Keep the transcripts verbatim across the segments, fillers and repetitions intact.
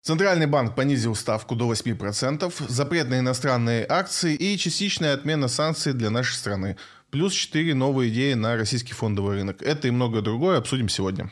Центральный банк понизил ставку до восемь процентов, запрет на иностранные акции и частичная отмена санкций для нашей страны. Плюс четыре новые идеи на российский фондовый рынок. Это и многое другое обсудим сегодня.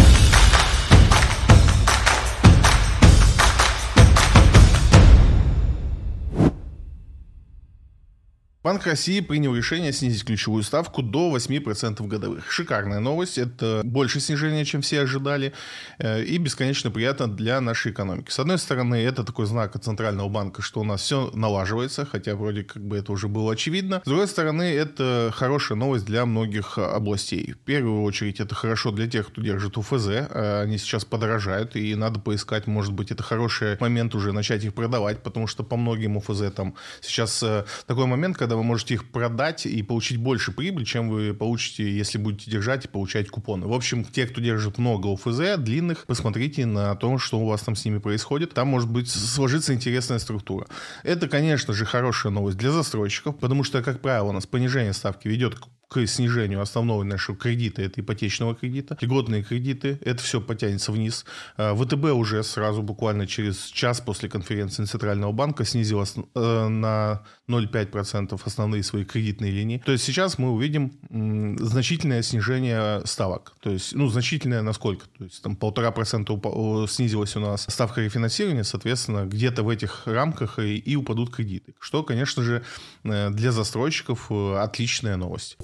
Банк России принял решение снизить ключевую ставку до восемь процентов годовых. Шикарная новость, это больше снижения, чем все ожидали, и бесконечно приятно для нашей экономики. С одной стороны, это такой знак от Центрального банка, что у нас все налаживается, хотя вроде как бы это уже было очевидно. С другой стороны, это хорошая новость для многих областей. В первую очередь, это хорошо для тех, кто держит УФЗ, они сейчас подорожают, и надо поискать, может быть, это хороший момент уже начать их продавать, потому что по многим УФЗ там сейчас такой момент, когда вы можете их продать и получить больше прибыли, чем вы получите, если будете держать и получать купоны. В общем, те, кто держит много УФЗ, длинных, посмотрите на то, что у вас там с ними происходит. Там может быть сложиться интересная структура. Это, конечно же, хорошая новость для застройщиков, потому что, как правило, у нас понижение ставки ведет к к снижению основного нашего кредита, это ипотечного кредита, льготные кредиты, это все потянется вниз. ВТБ уже сразу буквально через час после конференции Центрального банка снизила на ноль целых пять десятых процента основные свои кредитные линии. То есть сейчас мы увидим значительное снижение ставок. То есть, ну, значительное насколько? То есть там полтора процента снизилась у нас ставка рефинансирования, соответственно, где-то в этих рамках и, и упадут кредиты. Что, конечно же, для застройщиков отличная новость.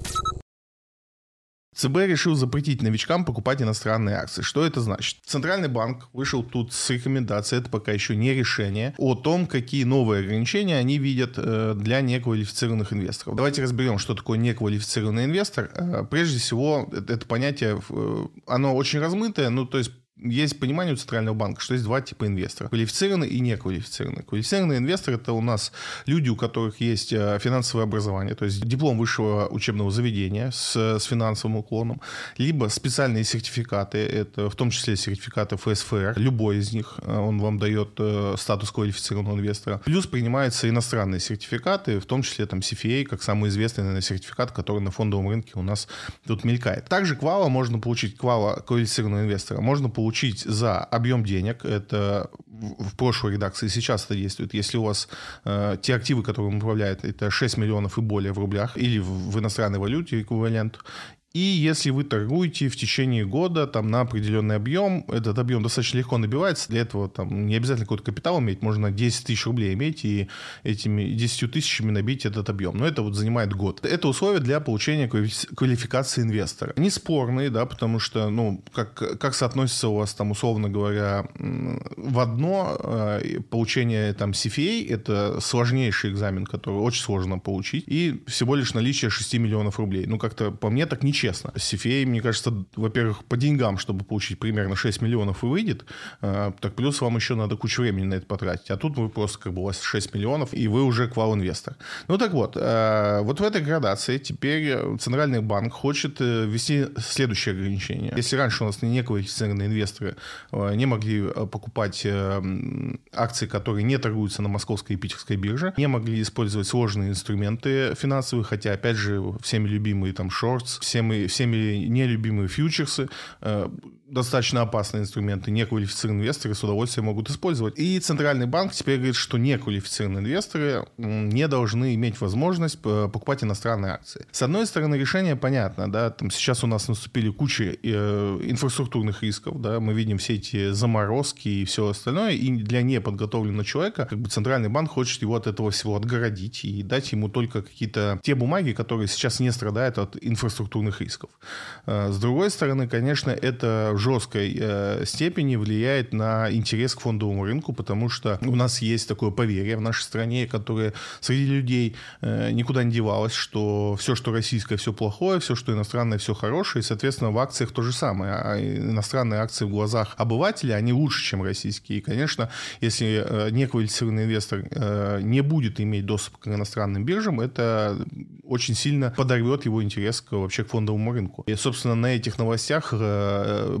ЦБ решил запретить новичкам покупать иностранные акции. Что это значит? Центральный банк вышел тут с рекомендацией, это пока еще не решение, о том, какие новые ограничения они видят для неквалифицированных инвесторов. Давайте разберем, что такое неквалифицированный инвестор. Прежде всего, это понятие, оно очень размытое, ну то есть есть понимание у Центрального банка, что есть два типа инвесторов. Квалифицированный и неквалифицированный. Квалифицированный инвестор – это у нас люди, у которых есть финансовое образование, то есть диплом высшего учебного заведения с, с финансовым уклоном, либо специальные сертификаты, это в том числе сертификаты эф эс эф эр, любой из них, он вам дает статус квалифицированного инвестора. Плюс принимаются иностранные сертификаты, в том числе там си эф эй, как самый известный, наверное, сертификат, который на фондовом рынке у нас тут мелькает. Также квала можно получить, квала квалифицированного инвестора, можно получить получить за объем денег, это в прошлой редакции сейчас это действует, если у вас э, те активы, которые он управляет, это шесть миллионов и более в рублях или в, в иностранной валюте эквивалент. И если вы торгуете в течение года там, на определенный объем, этот объем достаточно легко набивается, для этого там, не обязательно какой-то капитал иметь, можно десять тысяч рублей иметь и этими десятью тысячами набить этот объем. Но это вот занимает год. Это условия для получения квалификации инвестора. Они спорные, да, потому что, ну, как, как соотносится у вас, там, условно говоря, в одно получение там си эф эй, это сложнейший экзамен, который очень сложно получить, и всего лишь наличие шести миллионов рублей. Ну, как-то по мне так ничего. Честно. С си эф эй, мне кажется, во-первых, по деньгам, чтобы получить примерно шесть миллионов и выйдет, э, так плюс вам еще надо кучу времени на это потратить. А тут вы просто, как бы, у вас шесть миллионов, и вы уже квал-инвестор. Ну так вот, э, вот в этой градации теперь Центральный банк хочет ввести следующее ограничение. Если раньше у нас неквалифицированные инвесторы э, не могли покупать э, акции, которые не торгуются на московской и питерской бирже, не могли использовать сложные инструменты финансовые, хотя, опять же, всеми любимые там шортс, всеми всеми нелюбимые фьючерсы, э, достаточно опасные инструменты, неквалифицированные инвесторы с удовольствием могут использовать. И Центральный банк теперь говорит, что неквалифицированные инвесторы не должны иметь возможность покупать иностранные акции. С одной стороны, решение понятно, да, там сейчас у нас наступили куча э, инфраструктурных рисков, да, мы видим все эти заморозки и все остальное, и для неподготовленного человека, как бы Центральный банк хочет его от этого всего отгородить и дать ему только какие-то те бумаги, которые сейчас не страдают от инфраструктурных рисков. С другой стороны, конечно, это в жесткой э, степени влияет на интерес к фондовому рынку, потому что у нас есть такое поверье в нашей стране, которое среди людей э, никуда не девалось, что все, что российское, все плохое, все, что иностранное, все хорошее, и, соответственно, в акциях то же самое. А иностранные акции в глазах обывателя, они лучше, чем российские. И, конечно, если э, неквалифицированный инвестор э, не будет иметь доступ к иностранным биржам, это очень сильно подорвет его интерес к, вообще к фондовому рынку. И, собственно, на этих новостях э,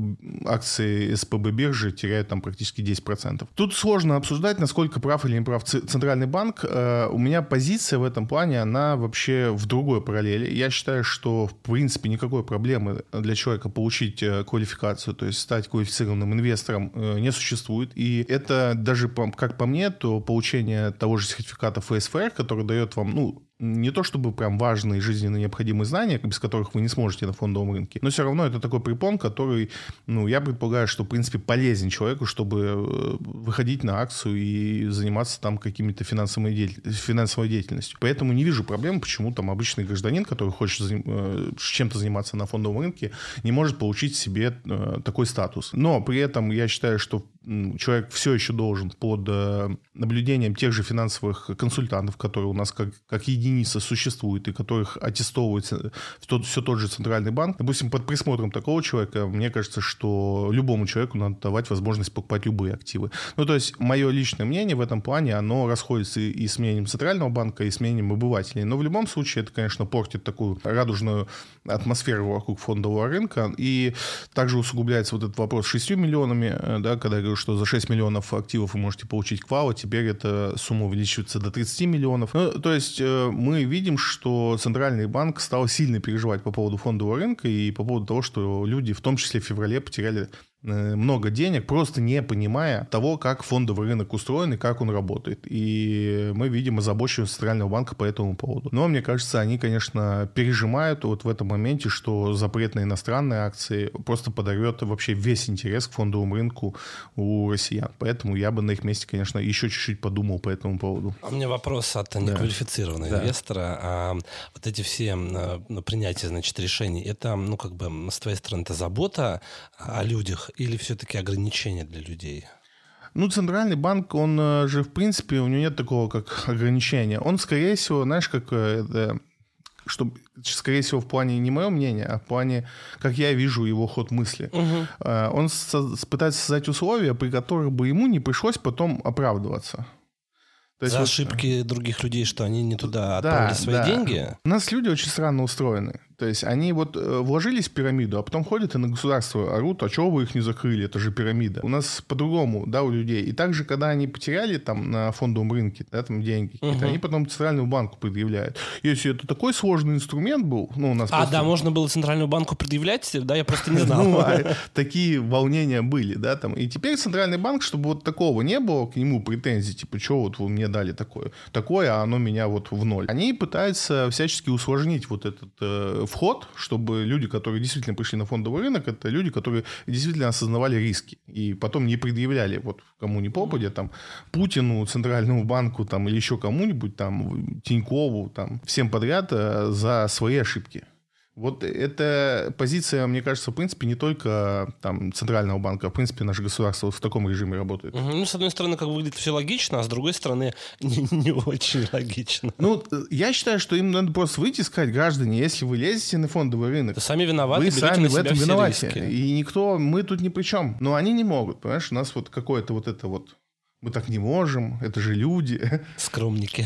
акции эс пэ бэ биржи теряют там практически десять процентов. Тут сложно обсуждать, насколько прав или не прав Центральный банк. У меня позиция в этом плане, она вообще в другой параллели. Я считаю, что в принципе никакой проблемы для человека получить квалификацию, то есть стать квалифицированным инвестором, не существует. И это даже, как по мне, то получение того же сертификата эф эс эф эр, который дает вам, ну, не то чтобы прям важные жизненно необходимые знания, без которых вы не сможете на фондовом рынке, но все равно это такой препон, который, ну, я предполагаю, что, в принципе, полезен человеку, чтобы выходить на акцию и заниматься там какими-то финансовой, деятель... финансовой деятельностью. Поэтому не вижу проблем, почему там обычный гражданин, который хочет заним... чем-то заниматься на фондовом рынке, не может получить себе такой статус. Но при этом я считаю, что человек все еще должен под наблюдением тех же финансовых консультантов, которые у нас как, как единица существуют и которых аттестовывается тот, все тот же Центральный банк. Допустим, под присмотром такого человека, мне кажется, что любому человеку надо давать возможность покупать любые активы. Ну, то есть, мое личное мнение в этом плане, оно расходится и с мнением Центрального банка, и с мнением обывателей. Но в любом случае это, конечно, портит такую радужную атмосферу вокруг фондового рынка. И также усугубляется вот этот вопрос с шестью миллионами, да, когда я говорю, что за шесть миллионов активов вы можете получить квал, теперь эта сумма увеличивается до тридцати миллионов. Ну, то есть мы видим, что Центральный банк стал сильно переживать по поводу фондового рынка и по поводу того, что люди, в том числе в феврале, потеряли много денег, просто не понимая того, как фондовый рынок устроен и как он работает. И мы видим озабоченность Центрального банка по этому поводу. Но, мне кажется, они, конечно, пережимают вот в этом моменте, что запрет на иностранные акции просто подорвет вообще весь интерес к фондовому рынку у россиян. Поэтому я бы на их месте, конечно, еще чуть-чуть подумал по этому поводу. А у меня вопрос от неквалифицированного да. инвестора. А вот эти все ну, принятия, значит, решений, это, ну, как бы, с твоей стороны, это забота о людях или все-таки ограничения для людей? Ну, Центральный банк, он же, в принципе, у него нет такого, как ограничения. Он, скорее всего, знаешь, как это... Что, скорее всего, в плане не мое мнение, а в плане, как я вижу его ход мысли. Угу. Он со- пытается создать условия, при которых бы ему не пришлось потом оправдываться. То есть За вот... ошибки других людей, что они не туда отправили да, свои да. деньги? У нас люди очень странно устроены. То есть они вот вложились в пирамиду, а потом ходят и на государство орут, а чего вы их не закрыли, это же пирамида. У нас по-другому, да, у людей. И также, когда они потеряли там на фондовом рынке, да, там деньги какие-то, угу. они потом Центральному банку предъявляют. Если это такой сложный инструмент был, ну, у нас... А, просто... да, можно было Центральному банку предъявлять, да, я просто не знал. Ну, такие волнения были, да, там. И теперь Центральный банк, чтобы вот такого не было, к нему претензий, типа, что вот вы мне дали такое, такое, а оно меня вот в ноль. Они пытаются всячески усложнить вот этот э, вход, чтобы люди, которые действительно пришли на фондовый рынок, это люди, которые действительно осознавали риски и потом не предъявляли вот кому ни попадя, там, Путину, Центральному банку, там, или еще кому-нибудь, там, Тинькову, там, всем подряд за свои ошибки. Вот эта позиция, мне кажется, в принципе, не только там, Центрального банка, а в принципе наше государство вот в таком режиме работает. Угу. Ну, с одной стороны, как выглядит все логично, а с другой стороны, не, не очень логично. Ну, я считаю, что им надо просто выйти и сказать: граждане, если вы лезете на фондовый рынок, вы сами виноваты, вы сами в этом виноваты. Риски. И никто, мы тут ни при чем. Но они не могут, понимаешь, у нас вот какое-то вот это вот, мы так не можем, это же люди. Скромники.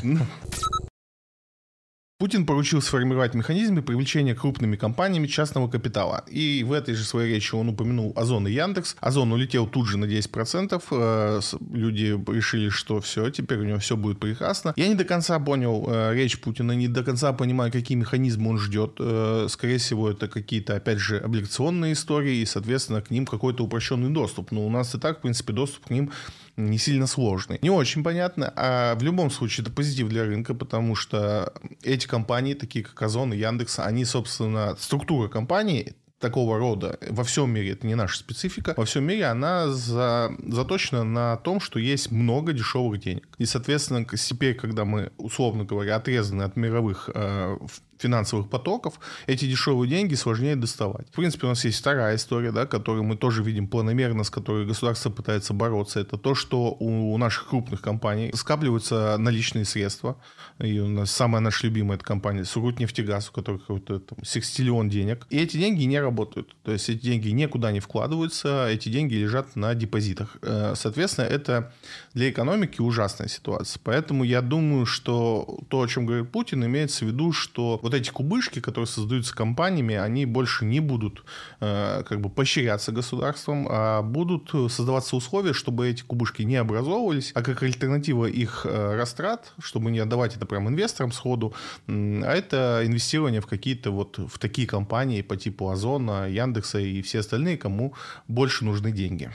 Путин поручил сформировать механизмы привлечения крупными компаниями частного капитала. И в этой же своей речи он упомянул Озон и Яндекс. Озон улетел тут же на десять процентов. Люди решили, что все, теперь у него все будет прекрасно. Я не до конца понял речь Путина, не до конца понимаю, какие механизмы он ждет. Скорее всего, это какие-то, опять же, облигационные истории, и, соответственно, к ним какой-то упрощенный доступ. Но у нас и так, в принципе, доступ к ним не сильно сложный. Не очень понятно, а в любом случае это позитив для рынка, потому что эти компании, такие как Озон и Яндекс, они, собственно, структура компании такого рода во всем мире, это не наша специфика, во всем мире она за, заточена на том, что есть много дешевых денег. И, соответственно, теперь, когда мы, условно говоря, отрезаны от мировых э, финансовых потоков, эти дешевые деньги сложнее доставать. В принципе, у нас есть вторая история, да, которую мы тоже видим планомерно, с которой государство пытается бороться. Это то, что у наших крупных компаний скапливаются наличные средства. И у нас самая наша любимая эта компания Сургутнефтегаз, у которой какой-то там секстиллион денег. И эти деньги не работают. То есть эти деньги никуда не вкладываются, эти деньги лежат на депозитах. Соответственно, это для экономики ужасная ситуация. Поэтому я думаю, что то, о чем говорит Путин, имеется в виду, что вот эти кубышки, которые создаются компаниями, они больше не будут э, как бы поощряться государством, а будут создаваться условия, чтобы эти кубышки не образовывались, а как альтернатива их э, растрат, чтобы не отдавать это прям инвесторам сходу, э, а это инвестирование в какие-то вот в такие компании по типу Озона, Яндекса и все остальные, кому больше нужны деньги.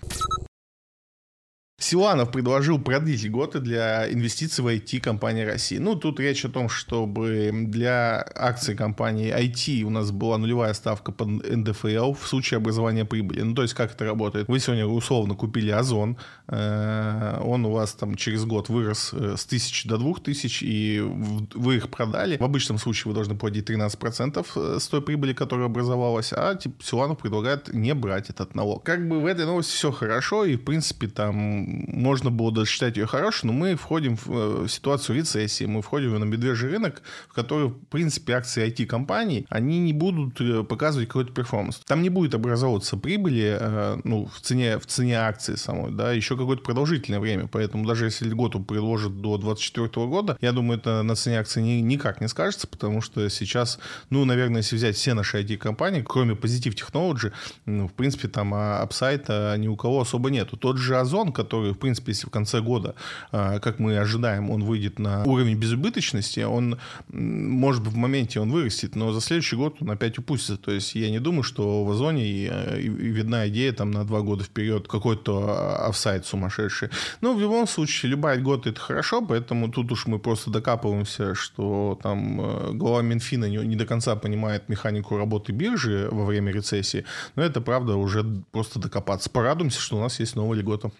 Силанов предложил продлить льготы для инвестиций в ай ти-компании России. Ну, тут речь о том, чтобы для акций компании ай ти у нас была нулевая ставка под эн дэ эф эл в случае образования прибыли. Ну, то есть, как это работает? Вы сегодня условно купили Озон, он у вас там через год вырос с тысячи до двух тысяч, и вы их продали. В обычном случае вы должны платить тринадцать процентов с той прибыли, которая образовалась, а типа, Силанов предлагает не брать этот налог. Как бы в этой новости все хорошо, и, в принципе, там можно было даже считать ее хорошей, но мы входим в ситуацию рецессии, мы входим на медвежий рынок, в который, в принципе, акции ай ти-компаний, они не будут показывать какой-то перформанс. Там не будет образовываться прибыли, ну, в цене, в цене акции самой, да, еще какое-то продолжительное время, поэтому даже если льготу предложат до двадцать четвёртого года, я думаю, это на цене акции ни, никак не скажется, потому что сейчас, ну, наверное, если взять все наши ай ти-компании, кроме Positive Technology, ну, в принципе, там апсайта ни у кого особо нету. Тот же Озон, который, в принципе, если в конце года, как мы ожидаем, он выйдет на уровень безубыточности, он, может быть, в моменте он вырастет, но за следующий год он опять упустится. То есть я не думаю, что в Озоне и, и, и видна идея там на два года вперед какой-то офсайт сумасшедший. Но в любом случае, любая льгота — это хорошо, поэтому тут уж мы просто докапываемся, что там глава Минфина не, не до конца понимает механику работы биржи во время рецессии, но это, правда, уже просто докопаться. Порадуемся, что у нас есть новая льгота.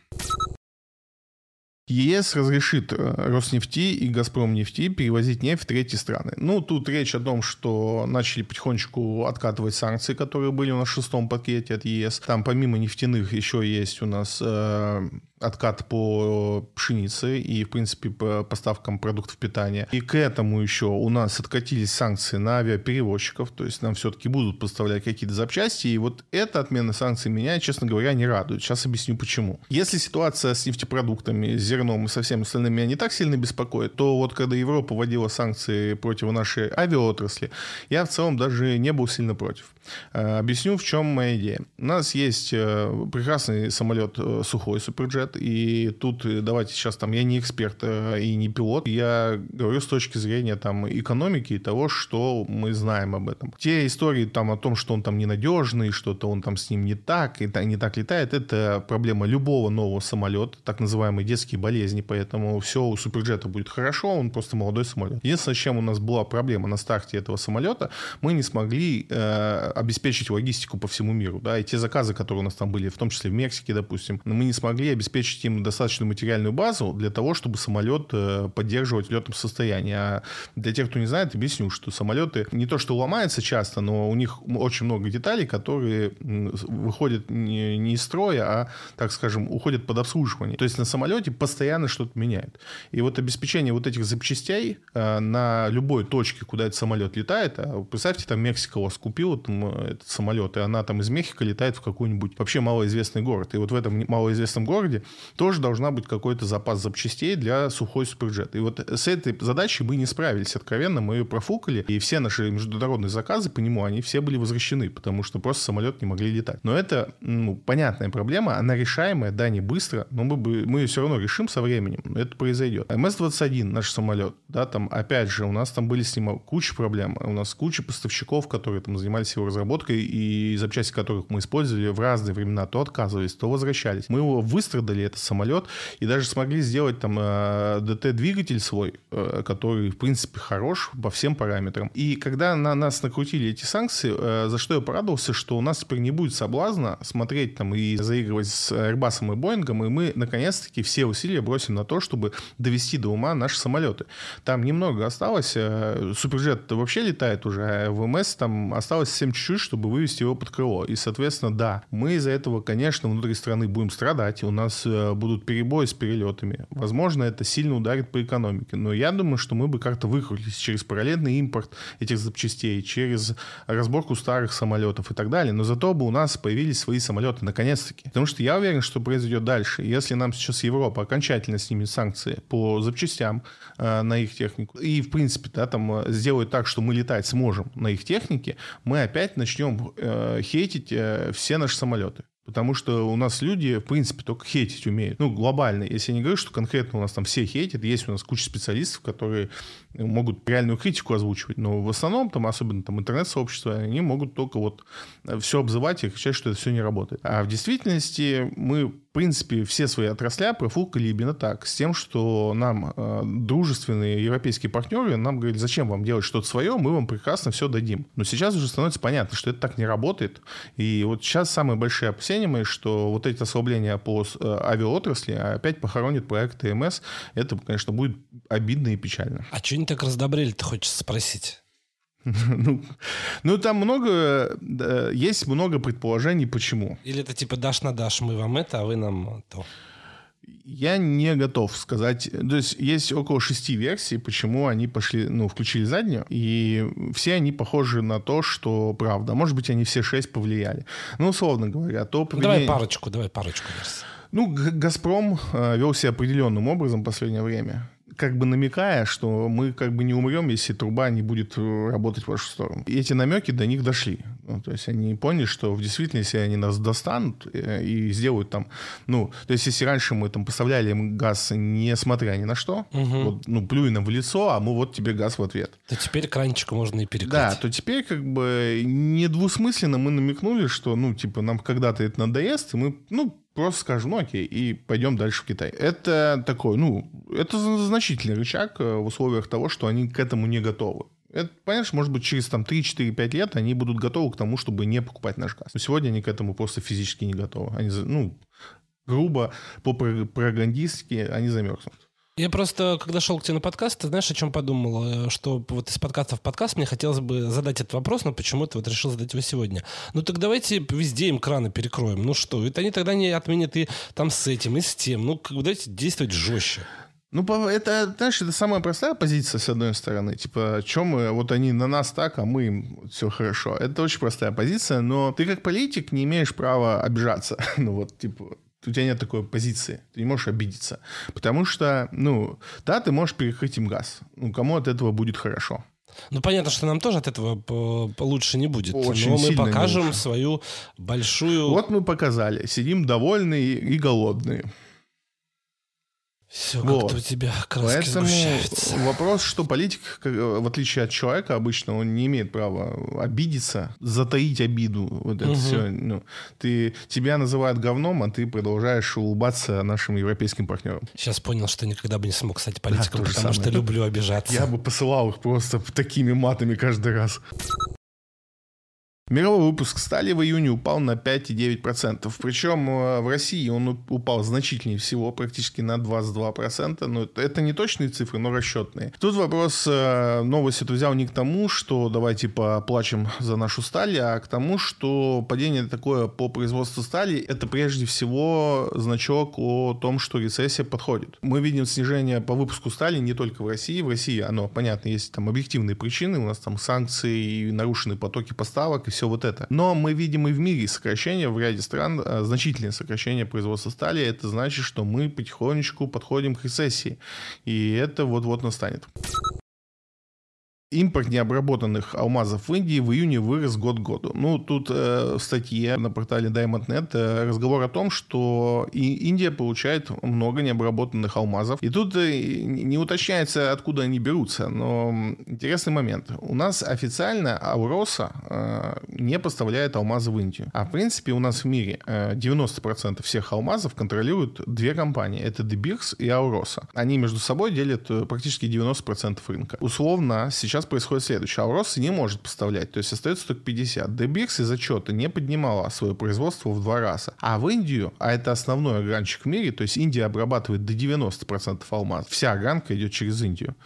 ЕС разрешит Роснефти и Газпромнефти перевозить нефть в третьи страны. Ну, тут речь о том, что начали потихонечку откатывать санкции, которые были у нас в шестом пакете от ЕС. Там помимо нефтяных еще есть у нас э, откат по пшенице и, в принципе, по поставкам продуктов питания. И к этому еще у нас откатились санкции на авиаперевозчиков, то есть нам все-таки будут поставлять какие-то запчасти, и вот эта отмена санкций меня, честно говоря, не радует. Сейчас объясню почему. Если ситуация с нефтепродуктами, с зерном и со всеми остальными меня не так сильно беспокоит, то вот когда Европа вводила санкции против нашей авиаотрасли, я в целом даже не был сильно против. Объясню, в чем моя идея. У нас есть прекрасный самолет Сухой, Суперджет, и тут давайте сейчас там, я не эксперт и не пилот, я говорю с точки зрения там экономики и того, что мы знаем об этом. Те истории там о том, что он там ненадежный, что-то он там с ним не так, и не так летает, это проблема любого нового самолета, так называемые детские болезни, поэтому все у Суперджета будет хорошо, он просто молодой самолет. Единственное, с чем у нас была проблема на старте этого самолета, мы не смогли э, обеспечить логистику по всему миру, да, и те заказы, которые у нас там были, в том числе в Мексике, допустим, мы не смогли обеспечить им достаточную материальную базу для того, чтобы самолет э, поддерживать в летном состоянии. А для тех, кто не знает, объясню, что самолеты не то что ломаются часто, но у них очень много деталей, которые выходят не, не из строя, а, так скажем, уходят под обслуживание. То есть на самолете постоянно что-то меняют. И вот обеспечение вот этих запчастей э, на любой точке, куда этот самолет летает, а представьте, там Мексика у вас купила там, этот самолет, и она там из Мехико летает в какой-нибудь вообще малоизвестный город. И вот в этом малоизвестном городе тоже должна быть какой-то запас запчастей для Сухой Суперджет. И вот с этой задачей мы не справились откровенно, мы ее профукали, и все наши международные заказы по нему, они все были возвращены, потому что просто самолет не могли летать. Но это, ну, понятная проблема, она решаемая, да, не быстро, но мы, бы, мы ее все равно решим со временем, это произойдет. эм эс двадцать один, наш самолет, да, там, опять же, у нас там были с ним куча проблем, у нас куча поставщиков, которые там занимались его разработкой, и запчасти которых мы использовали в разные времена, то отказывались, то возвращались. Мы его выстрадали, этот самолет, и даже смогли сделать там ди ти-двигатель свой, который, в принципе, хорош по всем параметрам. И когда на нас накрутили эти санкции, за что я порадовался, что у нас теперь не будет соблазна смотреть там и заигрывать с Airbus и Boeing, и мы, наконец-таки, все усилия бросим на то, чтобы довести до ума наши самолеты. Там немного осталось, Суперджет вообще летает уже, а в эм эс там осталось совсем чуть-чуть, чтобы вывести его под крыло. И, соответственно, да, мы из-за этого, конечно, внутри страны будем страдать, у нас будут перебои с перелетами. Возможно, это сильно ударит по экономике, но я думаю, что мы бы как-то выкрутились через параллельный импорт этих запчастей, через разборку старых самолетов и так далее, но зато бы у нас появились свои самолеты, наконец-таки. Потому что я уверен, что произойдет дальше. Если нам сейчас Европа окончательно окончательно снимет санкции по запчастям э, на их технику, и, в принципе, да, там, сделает так, что мы летать сможем на их технике, мы опять начнем э, хейтить э, все наши самолеты. Потому что у нас люди, в принципе, только хейтить умеют. Ну, глобально. Если я не говорю, что конкретно у нас там все хейтят, есть у нас куча специалистов, которые могут реальную критику озвучивать. Но в основном, там, особенно там интернет-сообщества, они могут только вот все обзывать и кричать, что это все не работает. А в действительности мы, в принципе, все свои отрасля профукали именно так. С тем, что нам э, дружественные европейские партнеры нам говорят, зачем вам делать что-то свое, мы вам прекрасно все дадим. Но сейчас уже становится понятно, что это так не работает. И вот сейчас самые большие опасения мои, что вот эти ослабления по э, авиаотрасли опять похоронят проект ТМС. Это, конечно, будет обидно и печально. А что они так раздобрели-то, хочется спросить? Ну, ну, там много, есть много предположений, почему. Или это типа дашь на дашь, мы вам это, а вы нам то. Я не готов сказать. То есть есть около шести версий, почему они пошли, ну, включили заднюю, и все они похожи на то, что правда. Может быть, они все шесть повлияли. Ну, условно говоря, то поведение... Давай парочку, давай парочку версий. Ну, «Газпром» вел себя определенным образом в последнее время, как бы намекая, что мы как бы не умрем, если труба не будет работать в вашу сторону. И эти намеки до них дошли. Ну, то есть они поняли, что в действительности они нас достанут и сделают там... Ну, то есть если раньше мы там поставляли им газ, несмотря ни на что, угу. вот, ну, плюй нам в лицо, а мы вот тебе газ в ответ. То теперь кранчик можно и перекрыть. Да, то теперь как бы недвусмысленно мы намекнули, что, ну, типа, нам когда-то это надоест, и мы, ну, просто скажем, ну окей, и пойдем дальше в Китай. Это такой, ну, это значительный рычаг в условиях того, что они к этому не готовы. Это, понимаешь, может быть, через там три-четыре-пять лет они будут готовы к тому, чтобы не покупать наш газ. Но сегодня они к этому просто физически не готовы. Они, ну, грубо, по-пропагандистски они замерзнут. Я просто, когда шел к тебе на подкаст, ты знаешь, о чем подумал? Что вот из подкаста в подкаст мне хотелось бы задать этот вопрос, но почему-то вот решил задать его сегодня. Ну так давайте везде им краны перекроем. Ну что, это они тогда не отменят и там с этим, и с тем. Ну как бы давайте действовать жестче. Ну, это, знаешь, это самая простая позиция, с одной стороны. Типа, чем мы, вот они на нас так, а мы им все хорошо. Это очень простая позиция, но ты как политик не имеешь права обижаться. Ну вот, типа... У тебя нет такой позиции, ты не можешь обидеться. Потому что, ну, да, ты можешь перекрыть им газ. Ну, кому от этого будет хорошо? Ну, понятно, что нам тоже от этого лучше не будет. Очень но мы сильно покажем свою большую... Вот мы показали. Сидим довольные и голодные. Все вот. Как-то у тебя краски Поэтому сгущаются. Вопрос, что политик, в отличие от человека, обычно он не имеет права обидеться, затаить обиду. Вот это угу. все. Ну, ты, тебя называют говном, а ты продолжаешь улыбаться нашим европейским партнерам. Сейчас понял, что никогда бы не смог стать политиком, да, потому самое. что люблю обижаться. Я бы посылал их просто такими матами каждый раз. Мировой выпуск стали в июне упал на пять целых девять десятых процента. Причем в России он упал значительнее всего, практически на двадцать два процента. Но это не точные цифры, но расчетные. Тут вопрос, новость эту взял не к тому, что давайте поплачем за нашу сталь, а к тому, что падение такое по производству стали, это прежде всего значок о том, что рецессия подходит. Мы видим снижение по выпуску стали не только в России. В России оно, понятно, есть там объективные причины. У нас там санкции, нарушенные потоки поставок и все вот это. Но мы видим и в мире сокращение в ряде стран, значительное сокращение производства стали. Это значит, что мы потихонечку подходим к рецессии. И это вот-вот настанет. Импорт необработанных алмазов в Индии в июне вырос год к году. Ну, тут э, в статье на портале Diamond точка нет э, разговор о том, что и Индия получает много необработанных алмазов. И тут э, не уточняется, откуда они берутся. Но интересный момент. У нас официально Ауроса э, не поставляет алмазы в Индию. А в принципе у нас в мире э, девяносто процентов всех алмазов контролируют две компании. Это De Beers и Ауроса. Они между собой делят практически девяносто процентов рынка. Условно, сейчас происходит следующее. Ауроса не может поставлять, то есть остается только пятьдесят. De Beers из отчета не поднимала свое производство в два раза. А в Индию, а это основной огранщик в мире, то есть Индия обрабатывает до девяносто процентов алмазов. Вся огранка идет через Индию.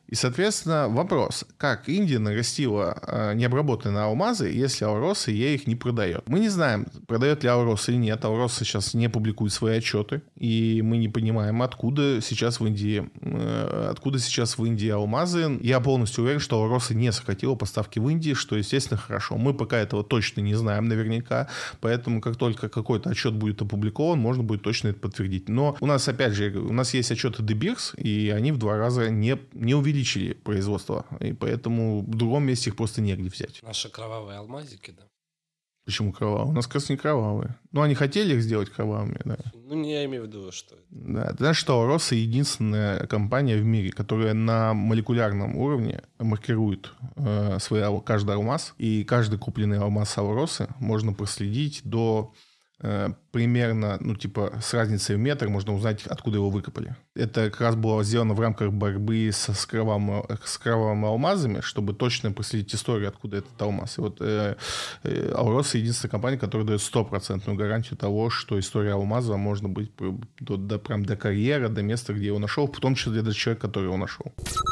И, соответственно, вопрос, как Индия нарастила э, необработанные алмазы, если Алроса ей их не продает. Мы не знаем, продает ли Алроса или нет. Алроса сейчас не публикует свои отчеты, и мы не понимаем, откуда сейчас в Индии, э, откуда сейчас в Индии алмазы. Я полностью уверен, что Алроса не сократила поставки в Индии, что, естественно, хорошо. Мы пока этого точно не знаем наверняка, поэтому как только какой-то отчет будет опубликован, можно будет точно это подтвердить. Но у нас, опять же, у нас есть отчеты де Бирс, и они в два раза не, не увеличили увеличили производство, и поэтому в другом месте их просто негде взять. Наши кровавые алмазики, да? Почему кровавые? У нас как раз не кровавые. Ну, они хотели их сделать кровавыми, да. Ну, я имею в виду, что... Да, ты знаешь, что Алроса единственная компания в мире, которая на молекулярном уровне маркирует э, свой, каждый алмаз, и каждый купленный алмаз Алросы можно проследить до... примерно, ну, типа, с разницей в метр можно узнать, откуда его выкопали. Это как раз было сделано в рамках борьбы со, с, кровавыми, с кровавыми алмазами, чтобы точно проследить историю, откуда этот алмаз. И вот э, э, Алроса единственная компания, которая дает стопроцентную гарантию того, что история алмаза можно быть до, до, прям до карьера, до места, где его нашел, в том числе для человека, который его нашел.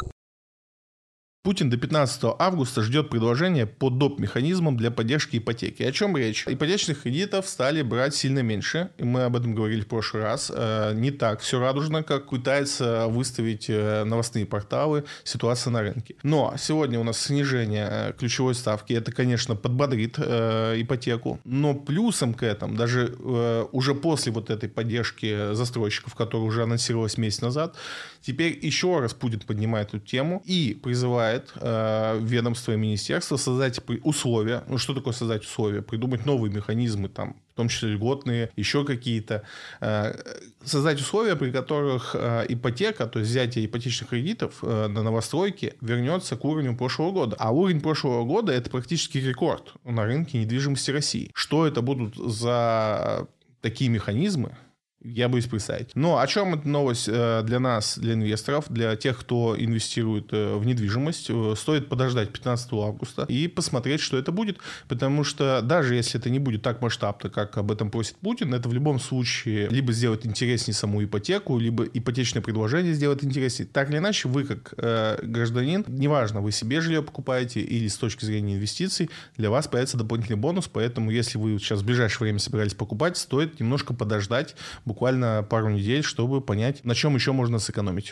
Путин до пятнадцатого августа ждет предложения по доп. Механизмам для поддержки ипотеки. О чем речь? Ипотечных кредитов стали брать сильно меньше, и мы об этом говорили в прошлый раз. Не так все радужно, как пытаются выставить новостные порталы, ситуация на рынке. Но сегодня у нас снижение ключевой ставки, это, конечно, подбодрит ипотеку, но плюсом к этому, даже уже после вот этой поддержки застройщиков, которая уже анонсировалась месяц назад, теперь еще раз Путин поднимает эту тему и призывает э, ведомство и министерство создать условия. Ну, что такое создать условия? Придумать новые механизмы, там, в том числе льготные, еще какие-то. Э, создать условия, при которых э, ипотека, то есть взятие ипотечных кредитов э, на новостройки вернется к уровню прошлого года. А уровень прошлого года – это практически рекорд на рынке недвижимости России. Что это будут за такие механизмы? Я боюсь представить. Но о чем эта новость для нас, для инвесторов, для тех, кто инвестирует в недвижимость? Стоит подождать пятнадцатого августа и посмотреть, что это будет. Потому что даже если это не будет так масштабно, как об этом просит Путин, это в любом случае либо сделает интереснее саму ипотеку, либо ипотечное предложение сделает интереснее. Так или иначе, вы как э, гражданин, неважно, вы себе жилье покупаете или с точки зрения инвестиций, для вас появится дополнительный бонус. Поэтому, если вы сейчас в ближайшее время собирались покупать, стоит немножко подождать, буквально пару недель, чтобы понять, на чем еще можно сэкономить.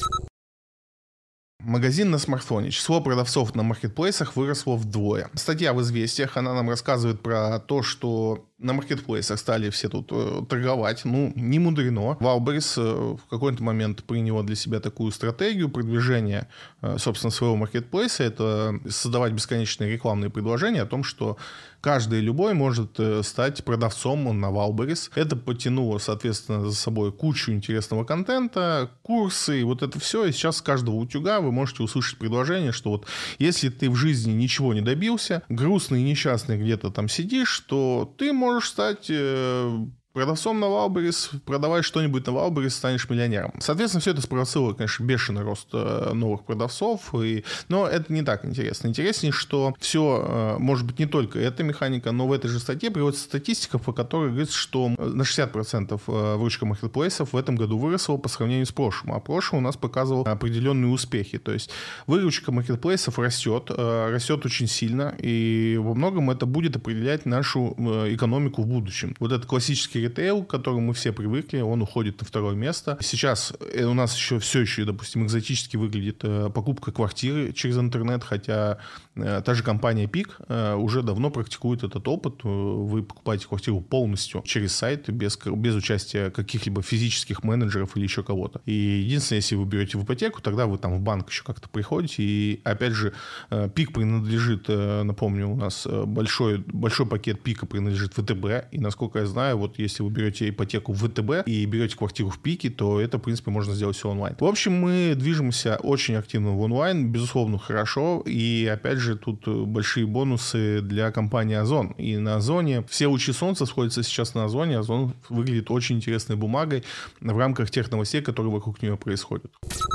Магазин на смартфоне. Число продавцов на маркетплейсах выросло вдвое. Статья в «Известиях», она нам рассказывает про то, что на маркетплейсах стали все тут э, торговать. Ну, не мудрено. Валберис э, в какой-то момент принял для себя такую стратегию продвижения, э, собственно, своего маркетплейса. Это создавать бесконечные рекламные предложения о том, что каждый и любой может э, стать продавцом на Валберис. Это потянуло, соответственно, за собой кучу интересного контента, курсы, и вот это все. И сейчас с каждого утюга вы можете услышать предложение, что вот если ты в жизни ничего не добился, грустный и несчастный где-то там сидишь, то ты можешь можешь стать э, продавцом на Валберис, продавай что-нибудь на Валберис, станешь миллионером. Соответственно, все это спровоцировало, конечно, бешеный рост э, новых продавцов, и... но это не так интересно. Интереснее, что все, э, может быть, не только эта механика, но в этой же статье приводится статистика, по которой говорится, что на шестьдесят процентов выручка маркетплейсов в этом году выросла по сравнению с прошлым, а прошлый у нас показывал определенные успехи. То есть выручка маркетплейсов растет, э, растет очень сильно, и во многом это будет определять нашу э, экономику в будущем. Вот это классический ритейл, к которому мы все привыкли, он уходит на второе место. Сейчас у нас еще все еще, допустим, экзотически выглядит покупка квартиры через интернет, хотя та же компания Пик уже давно практикует этот опыт. Вы покупаете квартиру полностью через сайт, без, без участия каких-либо физических менеджеров или еще кого-то. И единственное, если вы берете в ипотеку, тогда вы там в банк еще как-то приходите. И опять же, Пик принадлежит, напомню, у нас большой, большой пакет Пика принадлежит ВТБ. И, насколько я знаю, вот есть если вы берете ипотеку в ВТБ и берете квартиру в Пике, то это, в принципе, можно сделать все онлайн. В общем, мы движемся очень активно в онлайн, безусловно, хорошо. И, опять же, тут большие бонусы для компании Озон. И на Озоне все лучи солнца сходятся сейчас на Озоне. Озон выглядит очень интересной бумагой в рамках тех новостей, которые вокруг нее происходят.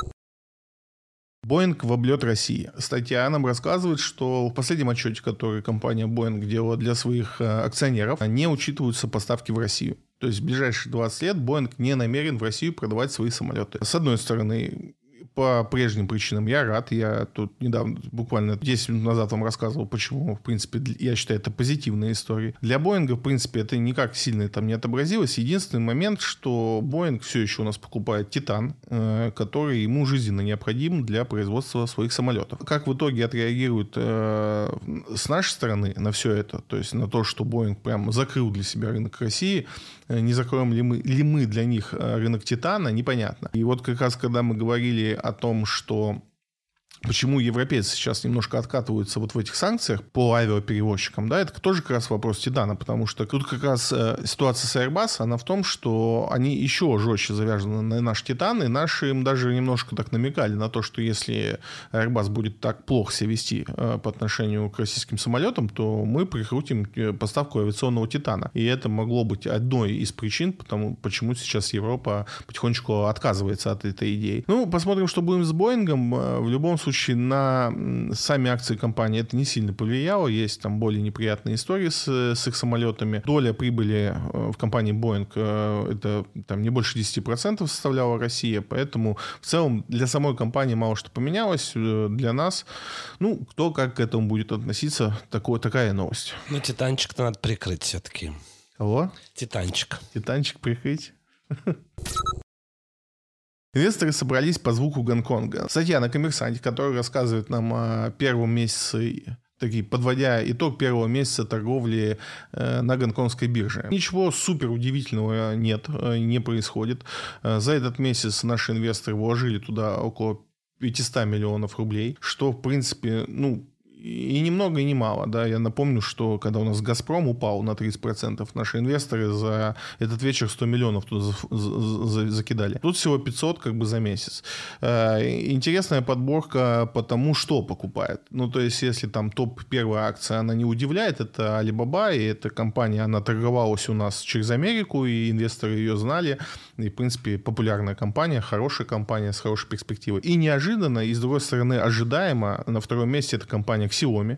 Боинг в облет России. Статья нам рассказывает, что в последнем отчете, который компания Boeing делала для своих акционеров, не учитываются поставки в Россию. То есть в ближайшие двадцать лет Boeing не намерен в Россию продавать свои самолеты. С одной стороны, по прежним причинам я рад. Я тут недавно, буквально десять минут назад вам рассказывал, почему, в принципе, я считаю, это позитивная история. Для Боинга, в принципе, это никак сильно там не отобразилось. Единственный момент, что Боинг все еще у нас покупает Титан, который ему жизненно необходим для производства своих самолетов. Как в итоге отреагируют э, с нашей стороны на все это, то есть на то, что Боинг прямо закрыл для себя рынок России, не закроем ли мы, ли мы для них рынок Титана, непонятно. И вот как раз, когда мы говорили о том, что почему европейцы сейчас немножко откатываются вот в этих санкциях по авиаперевозчикам, да, это тоже как раз вопрос Титана, потому что тут как раз э, ситуация с Airbus, она в том, что они еще жестче завязаны на наш Титан, и наши им даже немножко так намекали на то, что если Airbus будет так плохо себя вести э, по отношению к российским самолетам, то мы прикрутим поставку авиационного Титана. И это могло быть одной из причин, потому, почему сейчас Европа потихонечку отказывается от этой идеи. Ну, посмотрим, что будем с Боингом. В любом случае, В случае на сами акции компании это не сильно повлияло. Есть там более неприятные истории с, с их самолетами. Доля прибыли в компании Boeing это там не больше десять процентов составляла Россия. Поэтому в целом для самой компании мало что поменялось. Для нас, ну, кто как к этому будет относиться, такое, такая новость. Ну, Титанчик-то надо прикрыть все-таки. Кого? Титанчик. Титанчик прикрыть? Инвесторы собрались по звуку Гонконга. Статья на «Коммерсанте», которая рассказывает нам о первом месяце, такие, подводя итог первого месяца торговли э, на гонконгской бирже. Ничего супер удивительного нет, э, не происходит. Э, за этот месяц наши инвесторы вложили туда около пятьсот миллионов рублей, что, в принципе, ну, и ни много, и ни мало. Да. Я напомню, что когда у нас «Газпром» упал на тридцать процентов, наши инвесторы за этот вечер сто миллионов туда за, за, за, закидали. Тут всего пятьсот как бы за месяц. Э, интересная подборка по тому, что покупает. Ну, то есть, если там топ первая акция, она не удивляет, это Alibaba, и эта компания, она торговалась у нас через Америку, и инвесторы ее знали. И, в принципе, популярная компания, хорошая компания с хорошей перспективой. И неожиданно, и, с другой стороны, ожидаемо, на втором месте это компания Xiaomi.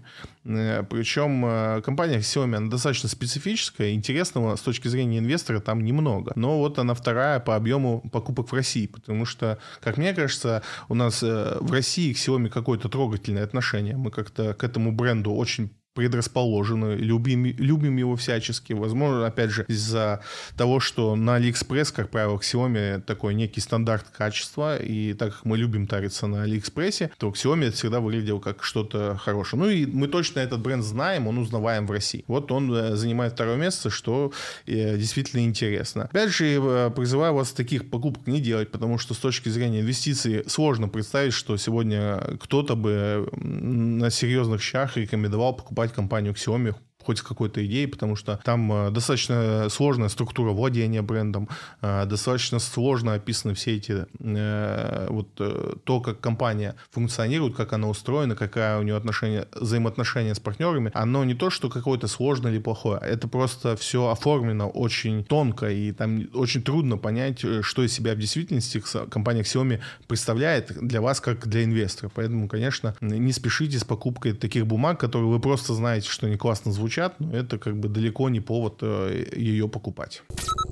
Причем компания Xiaomi, она достаточно специфическая, интересного с точки зрения инвестора там немного. Но вот она вторая по объему покупок в России, потому что, как мне кажется, у нас в России к Xiaomi какое-то трогательное отношение. Мы как-то к этому бренду очень предрасположены, любим, любим его всячески. Возможно, опять же, из-за того, что на AliExpress, как правило, Xiaomi такой некий стандарт качества, и так как мы любим тариться на AliExpress, то Xiaomi это всегда выглядел как что-то хорошее. Ну и мы точно этот бренд знаем, он узнаваем в России. Вот он занимает второе место, что действительно интересно. Опять же, призываю вас таких покупок не делать, потому что с точки зрения инвестиций сложно представить, что сегодня кто-то бы на серьезных щах рекомендовал покупать компанию Xiaomi хоть с какой-то идеей, потому что там э, достаточно сложная структура владения брендом, э, достаточно сложно описаны все эти э, вот э, то, как компания функционирует, как она устроена, какая у нее отношение, взаимоотношения с партнерами. Оно не то, что какое-то сложное или плохое, это просто все оформлено очень тонко, и там очень трудно понять, что из себя в действительности компания Xiaomi представляет для вас, как для инвестора. Поэтому, конечно, не спешите с покупкой таких бумаг, которые вы просто знаете, что они классно звучат, но это как бы далеко не повод ее покупать.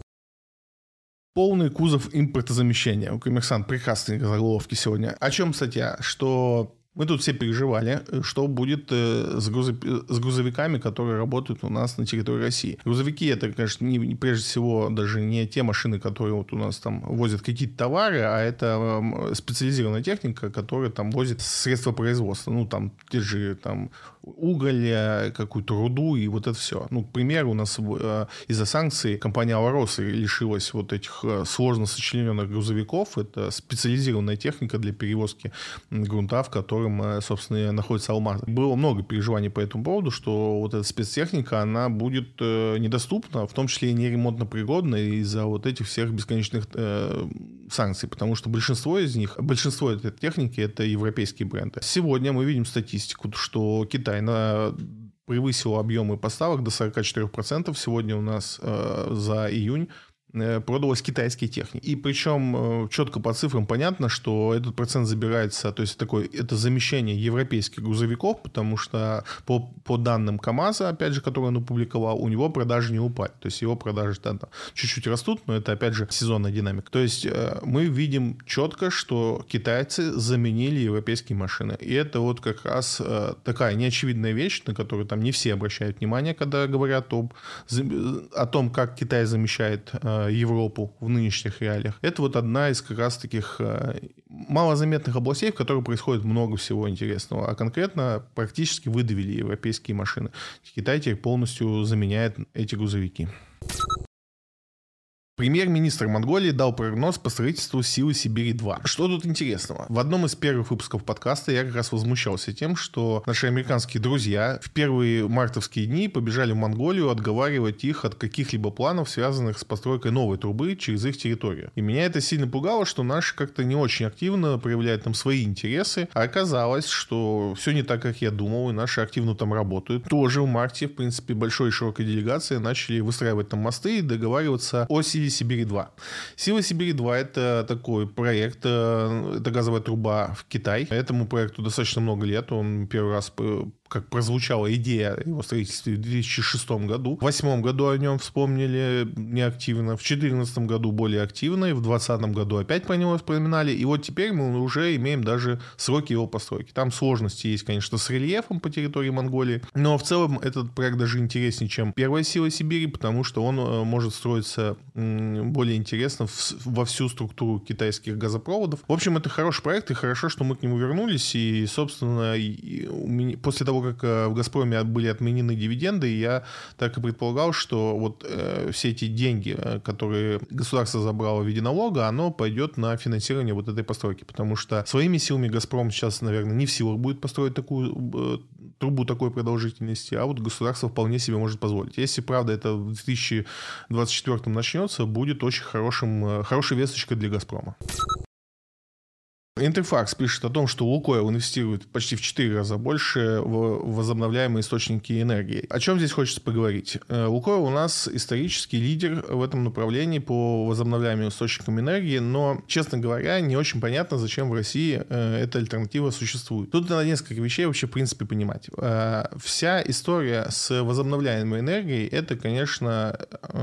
Полный кузов импортозамещения. У «Коммерсант» прекрасные заголовки сегодня. О чем статья? Что мы тут все переживали, что будет с, грузов... с грузовиками, которые работают у нас на территории России. Грузовики — это, конечно, не, прежде всего даже не те машины, которые вот у нас там возят какие-то товары, а это специализированная техника, которая там возит средства производства. Ну, там те же там уголь, какую-то руду и вот это все. Ну, к примеру, у нас из-за санкций компания «Алроса» лишилась вот этих сложно сочлененных грузовиков. Это специализированная техника для перевозки грунта, в котором, собственно, находится алмаз. Было много переживаний по этому поводу, что вот эта спецтехника, она будет недоступна, в том числе и не ремонтно-пригодна из-за вот этих всех бесконечных э, санкций, потому что большинство из них, большинство этой техники — это европейские бренды. Сегодня мы видим статистику, что Китай на превысил объемы поставок до сорок четыре процента сегодня у нас э, за июнь. продалось китайской техники. И причем четко по цифрам понятно, что этот процент забирается, то есть такое, это замещение европейских грузовиков, потому что по, по данным КАМАЗа, опять же, который он опубликовал, у него продажи не упали. То есть его продажи там, там чуть-чуть растут, но это опять же сезонная динамика. То есть мы видим четко, что китайцы заменили европейские машины. И это вот как раз такая неочевидная вещь, на которую там не все обращают внимание, когда говорят об, о том, как Китай замещает Европу в нынешних реалиях. Это вот одна из как раз таких малозаметных областей, в которых происходит много всего интересного. А конкретно практически выдавили европейские машины. Китай теперь полностью заменяет эти грузовики. Премьер-министр Монголии дал прогноз по строительству «Силы Сибири-два». Что тут интересного? В одном из первых выпусков подкаста я как раз возмущался тем, что наши американские друзья в первые мартовские дни побежали в Монголию отговаривать их от каких-либо планов, связанных с постройкой новой трубы через их территорию. И меня это сильно пугало, что наши как-то не очень активно проявляют там свои интересы. А оказалось, что все не так, как я думал, и наши активно там работают. Тоже в марте, в принципе, большой и широкой делегации начали выстраивать там мосты и договариваться о Силе Сибири-два. Сила Сибири-два — это такой проект, это газовая труба в Китай. Этому проекту достаточно много лет. Он первый раз, как прозвучала идея его строительства в две тысячи шестом году. В две тысячи восьмом году о нем вспомнили неактивно, в две тысячи четырнадцатом году более активно, и в две тысячи двадцатом году опять про него вспоминали. И вот теперь мы уже имеем даже сроки его постройки. Там сложности есть, конечно, с рельефом по территории Монголии, но в целом этот проект даже интереснее, чем первая Сила Сибири, потому что он может строиться более интересно во всю структуру китайских газопроводов. В общем, это хороший проект, и хорошо, что мы к нему вернулись. И, собственно, после того, как в «Газпроме» были отменены дивиденды, я так и предполагал, что вот э, все эти деньги, которые государство забрало в виде налога, оно пойдет на финансирование вот этой постройки, потому что своими силами «Газпром» сейчас, наверное, не в силах будет построить такую э, трубу такой продолжительности, а вот государство вполне себе может позволить. Если, правда, это в две тысячи двадцать четвёртом начнется, будет очень хорошим, хорошей весточкой для «Газпрома». Интерфакс пишет о том, что Лукойл инвестирует почти в четыре раза больше в возобновляемые источники энергии. О чем здесь хочется поговорить? Лукойл у нас исторический лидер в этом направлении по возобновляемым источникам энергии, но, честно говоря, не очень понятно, зачем в России эта альтернатива существует. Тут надо несколько вещей вообще в принципе понимать. Вся история с возобновляемой энергией — это, конечно,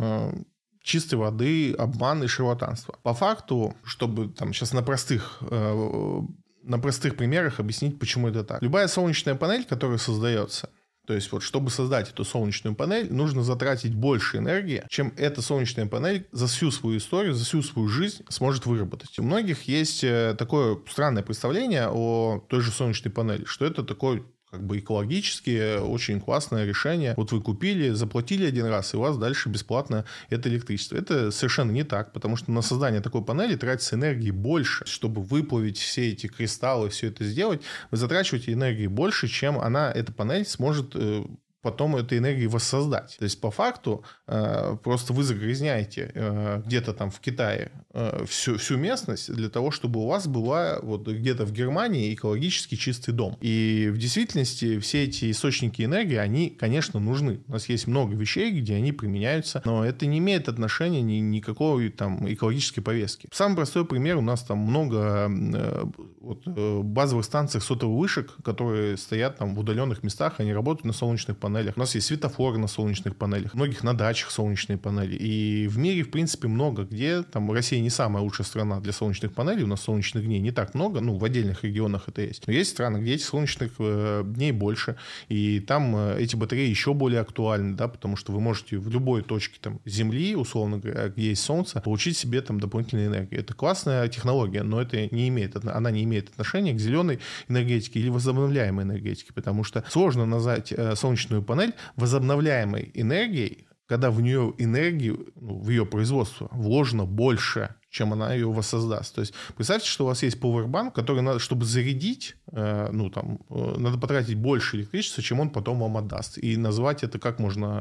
чистой воды обман и шарлатанство. По факту, чтобы там сейчас на простых, э, на простых примерах объяснить, почему это так. Любая солнечная панель, которая создается, то есть вот чтобы создать эту солнечную панель, нужно затратить больше энергии, чем эта солнечная панель за всю свою историю, за всю свою жизнь сможет выработать. У многих есть такое странное представление о той же солнечной панели, что это такой как бы экологически очень классное решение. Вот вы купили, заплатили один раз, и у вас дальше бесплатно это электричество. Это совершенно не так, потому что на создание такой панели тратится энергии больше. Чтобы выплавить все эти кристаллы, все это сделать, вы затрачиваете энергии больше, чем она, эта панель, сможет потом этой энергии воссоздать. То есть, по факту, э, просто вы загрязняете э, где-то там в Китае э, всю, всю местность для того, чтобы у вас была вот где-то в Германии экологически чистый дом. И в действительности все эти источники энергии, они, конечно, нужны. У нас есть много вещей, где они применяются, но это не имеет отношения ни, никакой там экологической повестки. Самый простой пример: у нас там много э, вот, э, базовых станций сотовых вышек, которые стоят там в удаленных местах, они работают на солнечных панелях. У нас есть светофоры на солнечных панелях, у многих на дачах солнечные панели. И в мире, в принципе, много где. Там Россия не самая лучшая страна для солнечных панелей, у нас солнечных дней не так много, ну, в отдельных регионах это есть. Но есть страны, где этих солнечных э, дней больше, и там э, эти батареи еще более актуальны, да, потому что вы можете в любой точке там Земли, условно говоря, где есть солнце, получить себе там дополнительную энергию. Это классная технология, но это не имеет, она не имеет отношения к зеленой энергетике или возобновляемой энергетике, потому что сложно назвать э, солнечную панель возобновляемой энергией, когда в нее энергию, ну, в ее производство вложено больше, чем она ее воссоздаст. То есть представьте, что у вас есть пауэрбанк, который надо, чтобы зарядить, э, ну, там, э, надо потратить больше электричества, чем он потом вам отдаст. И назвать это как можно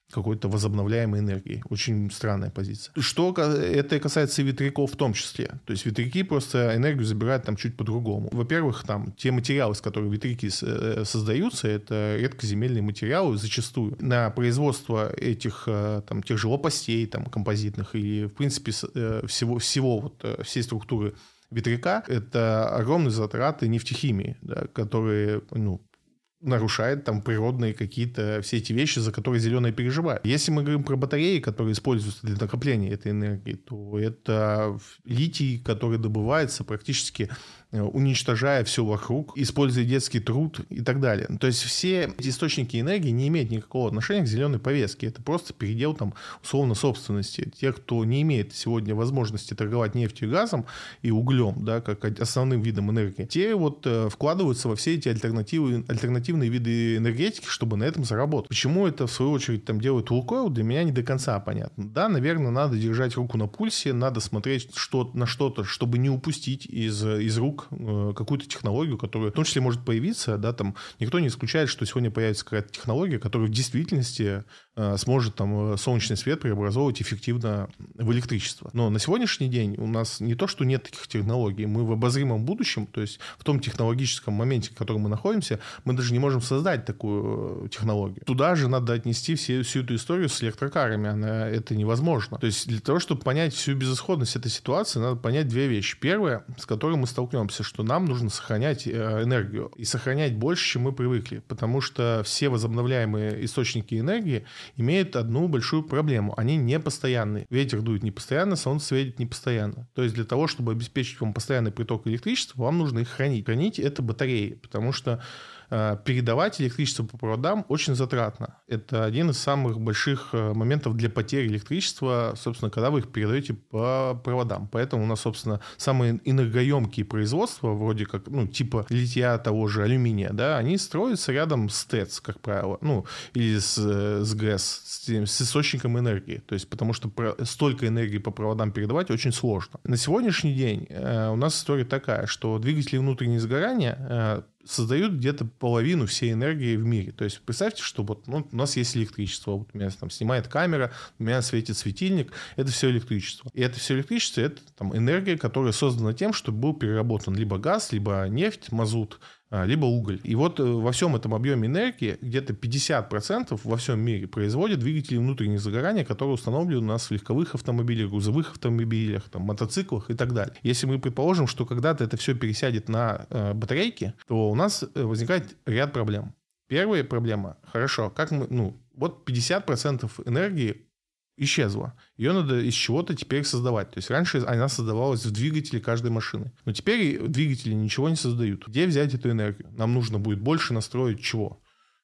какой-то возобновляемой энергией. Очень странная позиция. Что это касается и ветряков в том числе. То есть ветряки просто энергию забирают там чуть по-другому. Во-первых, там те материалы, из которых ветряки создаются, это редкоземельные материалы зачастую. На производство этих там, тех же лопастей там, композитных и, в принципе, всего, всего вот, всей структуры ветряка, это огромные затраты нефтехимии, да, которые, ну, нарушает там природные какие-то все эти вещи, за которые зеленые переживают. Если мы говорим про батареи, которые используются для накопления этой энергии, то это литий, который добывается практически уничтожая все вокруг, используя детский труд и так далее. То есть все эти источники энергии не имеют никакого отношения к зеленой повестке. Это просто передел там условно собственности. Те, кто не имеет сегодня возможности торговать нефтью и газом и углем, да, как основным видом энергии, те вот вкладываются во все эти альтернативы, альтернативные виды энергетики, чтобы на этом заработать. Почему это, в свою очередь, там делает Лукойл, для меня не до конца понятно. Да, наверное, надо держать руку на пульсе, надо смотреть что, на что-то, чтобы не упустить из, из рук какую-то технологию, которая в том числе может появиться, да, там никто не исключает, что сегодня появится какая-то технология, которая в действительности э, сможет там солнечный свет преобразовывать эффективно в электричество. Но на сегодняшний день у нас не то, что нет таких технологий, мы в обозримом будущем, то есть в том технологическом моменте, в котором мы находимся, мы даже не можем создать такую технологию. Туда же надо отнести все, всю эту историю с электрокарами, она, это невозможно. То есть для того, чтобы понять всю безысходность этой ситуации, надо понять две вещи. Первое, с которой мы столкнемся, что нам нужно сохранять энергию. И сохранять больше, чем мы привыкли. Потому что все возобновляемые источники энергии имеют одну большую проблему. Они не постоянные. Ветер дует не постоянно, солнце светит не постоянно. То есть для того, чтобы обеспечить вам постоянный приток электричества, вам нужно их хранить. Хранить это батареи. Потому что передавать электричество по проводам очень затратно. Это один из самых больших моментов для потери электричества, собственно, когда вы их передаете по проводам. Поэтому у нас, собственно, самые энергоемкие производства, вроде как, ну, типа литья того же алюминия, да, они строятся рядом с ТЭЦ, как правило, ну, или с, с ГЭС, с, с источником энергии. То есть, потому что столько энергии по проводам передавать очень сложно. На сегодняшний день э, у нас история такая, что двигатели внутреннего сгорания э, создают где-то половину всей энергии в мире. То есть представьте, что вот ну, у нас есть электричество, вот у меня там снимает камера, у меня светит светильник, это все электричество. И это все электричество, это там энергия, которая создана тем, чтобы был переработан либо газ, либо нефть, мазут, либо уголь. И вот во всем этом объеме энергии где-то пятьдесят процентов во всем мире производят двигатели внутреннего сгорания, которые установлены у нас в легковых автомобилях, грузовых автомобилях, там, мотоциклах и так далее. Если мы предположим, что когда-то это все пересядет на э, батарейки, то у нас возникает ряд проблем. Первая проблема, хорошо, как мы, ну, вот пятьдесят процентов энергии исчезла. Ее надо из чего-то теперь создавать. То есть раньше она создавалась в двигателе каждой машины. Но теперь двигатели ничего не создают. Где взять эту энергию? Нам нужно будет больше настроить чего?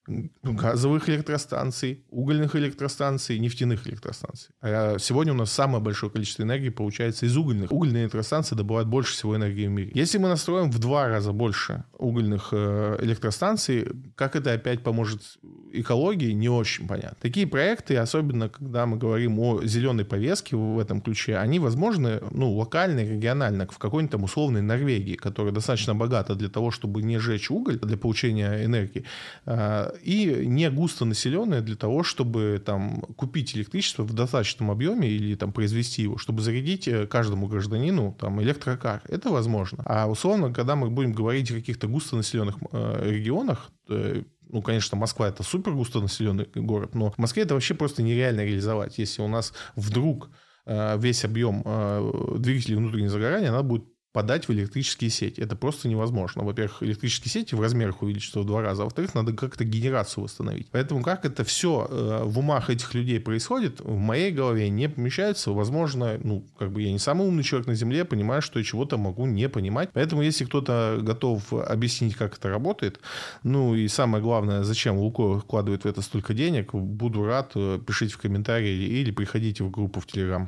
Газовых электростанций, угольных электростанций, нефтяных электростанций. А сегодня у нас самое большое количество энергии получается из угольных. Угольные электростанции добывают больше всего энергии в мире. Если мы настроим в два раза больше угольных электростанций, как это опять поможет экологии, не очень понятно. Такие проекты, особенно когда мы говорим о зеленой повестке в этом ключе, они возможны, ну, локально, регионально, в какой-нибудь там условной Норвегии, которая достаточно богата для того, чтобы не сжечь уголь для получения энергии, и не густо населенная для того, чтобы там купить электричество в достаточном объеме или там произвести его, чтобы зарядить каждому гражданину там электрокар. Это возможно. А условно, когда мы будем говорить о каких-то густонаселенных э, регионах, э, ну, конечно, Москва — это супер густонаселенный город, но в Москве это вообще просто нереально реализовать. Если у нас вдруг э, весь объем э, двигателей внутреннего сгорания надо будет подать в электрические сети. Это просто невозможно. Во-первых, электрические сети в размерах увеличатся в два раза, а во-вторых, надо как-то генерацию восстановить. Поэтому как это все э, в умах этих людей происходит, в моей голове не помещается. Возможно, ну, как бы я не самый умный человек на Земле, понимаю, что я чего-то могу не понимать. Поэтому, если кто-то готов объяснить, как это работает, ну и самое главное, зачем Лукойл вкладывает в это столько денег, буду рад. Пишите в комментарии или приходите в группу в Телеграм.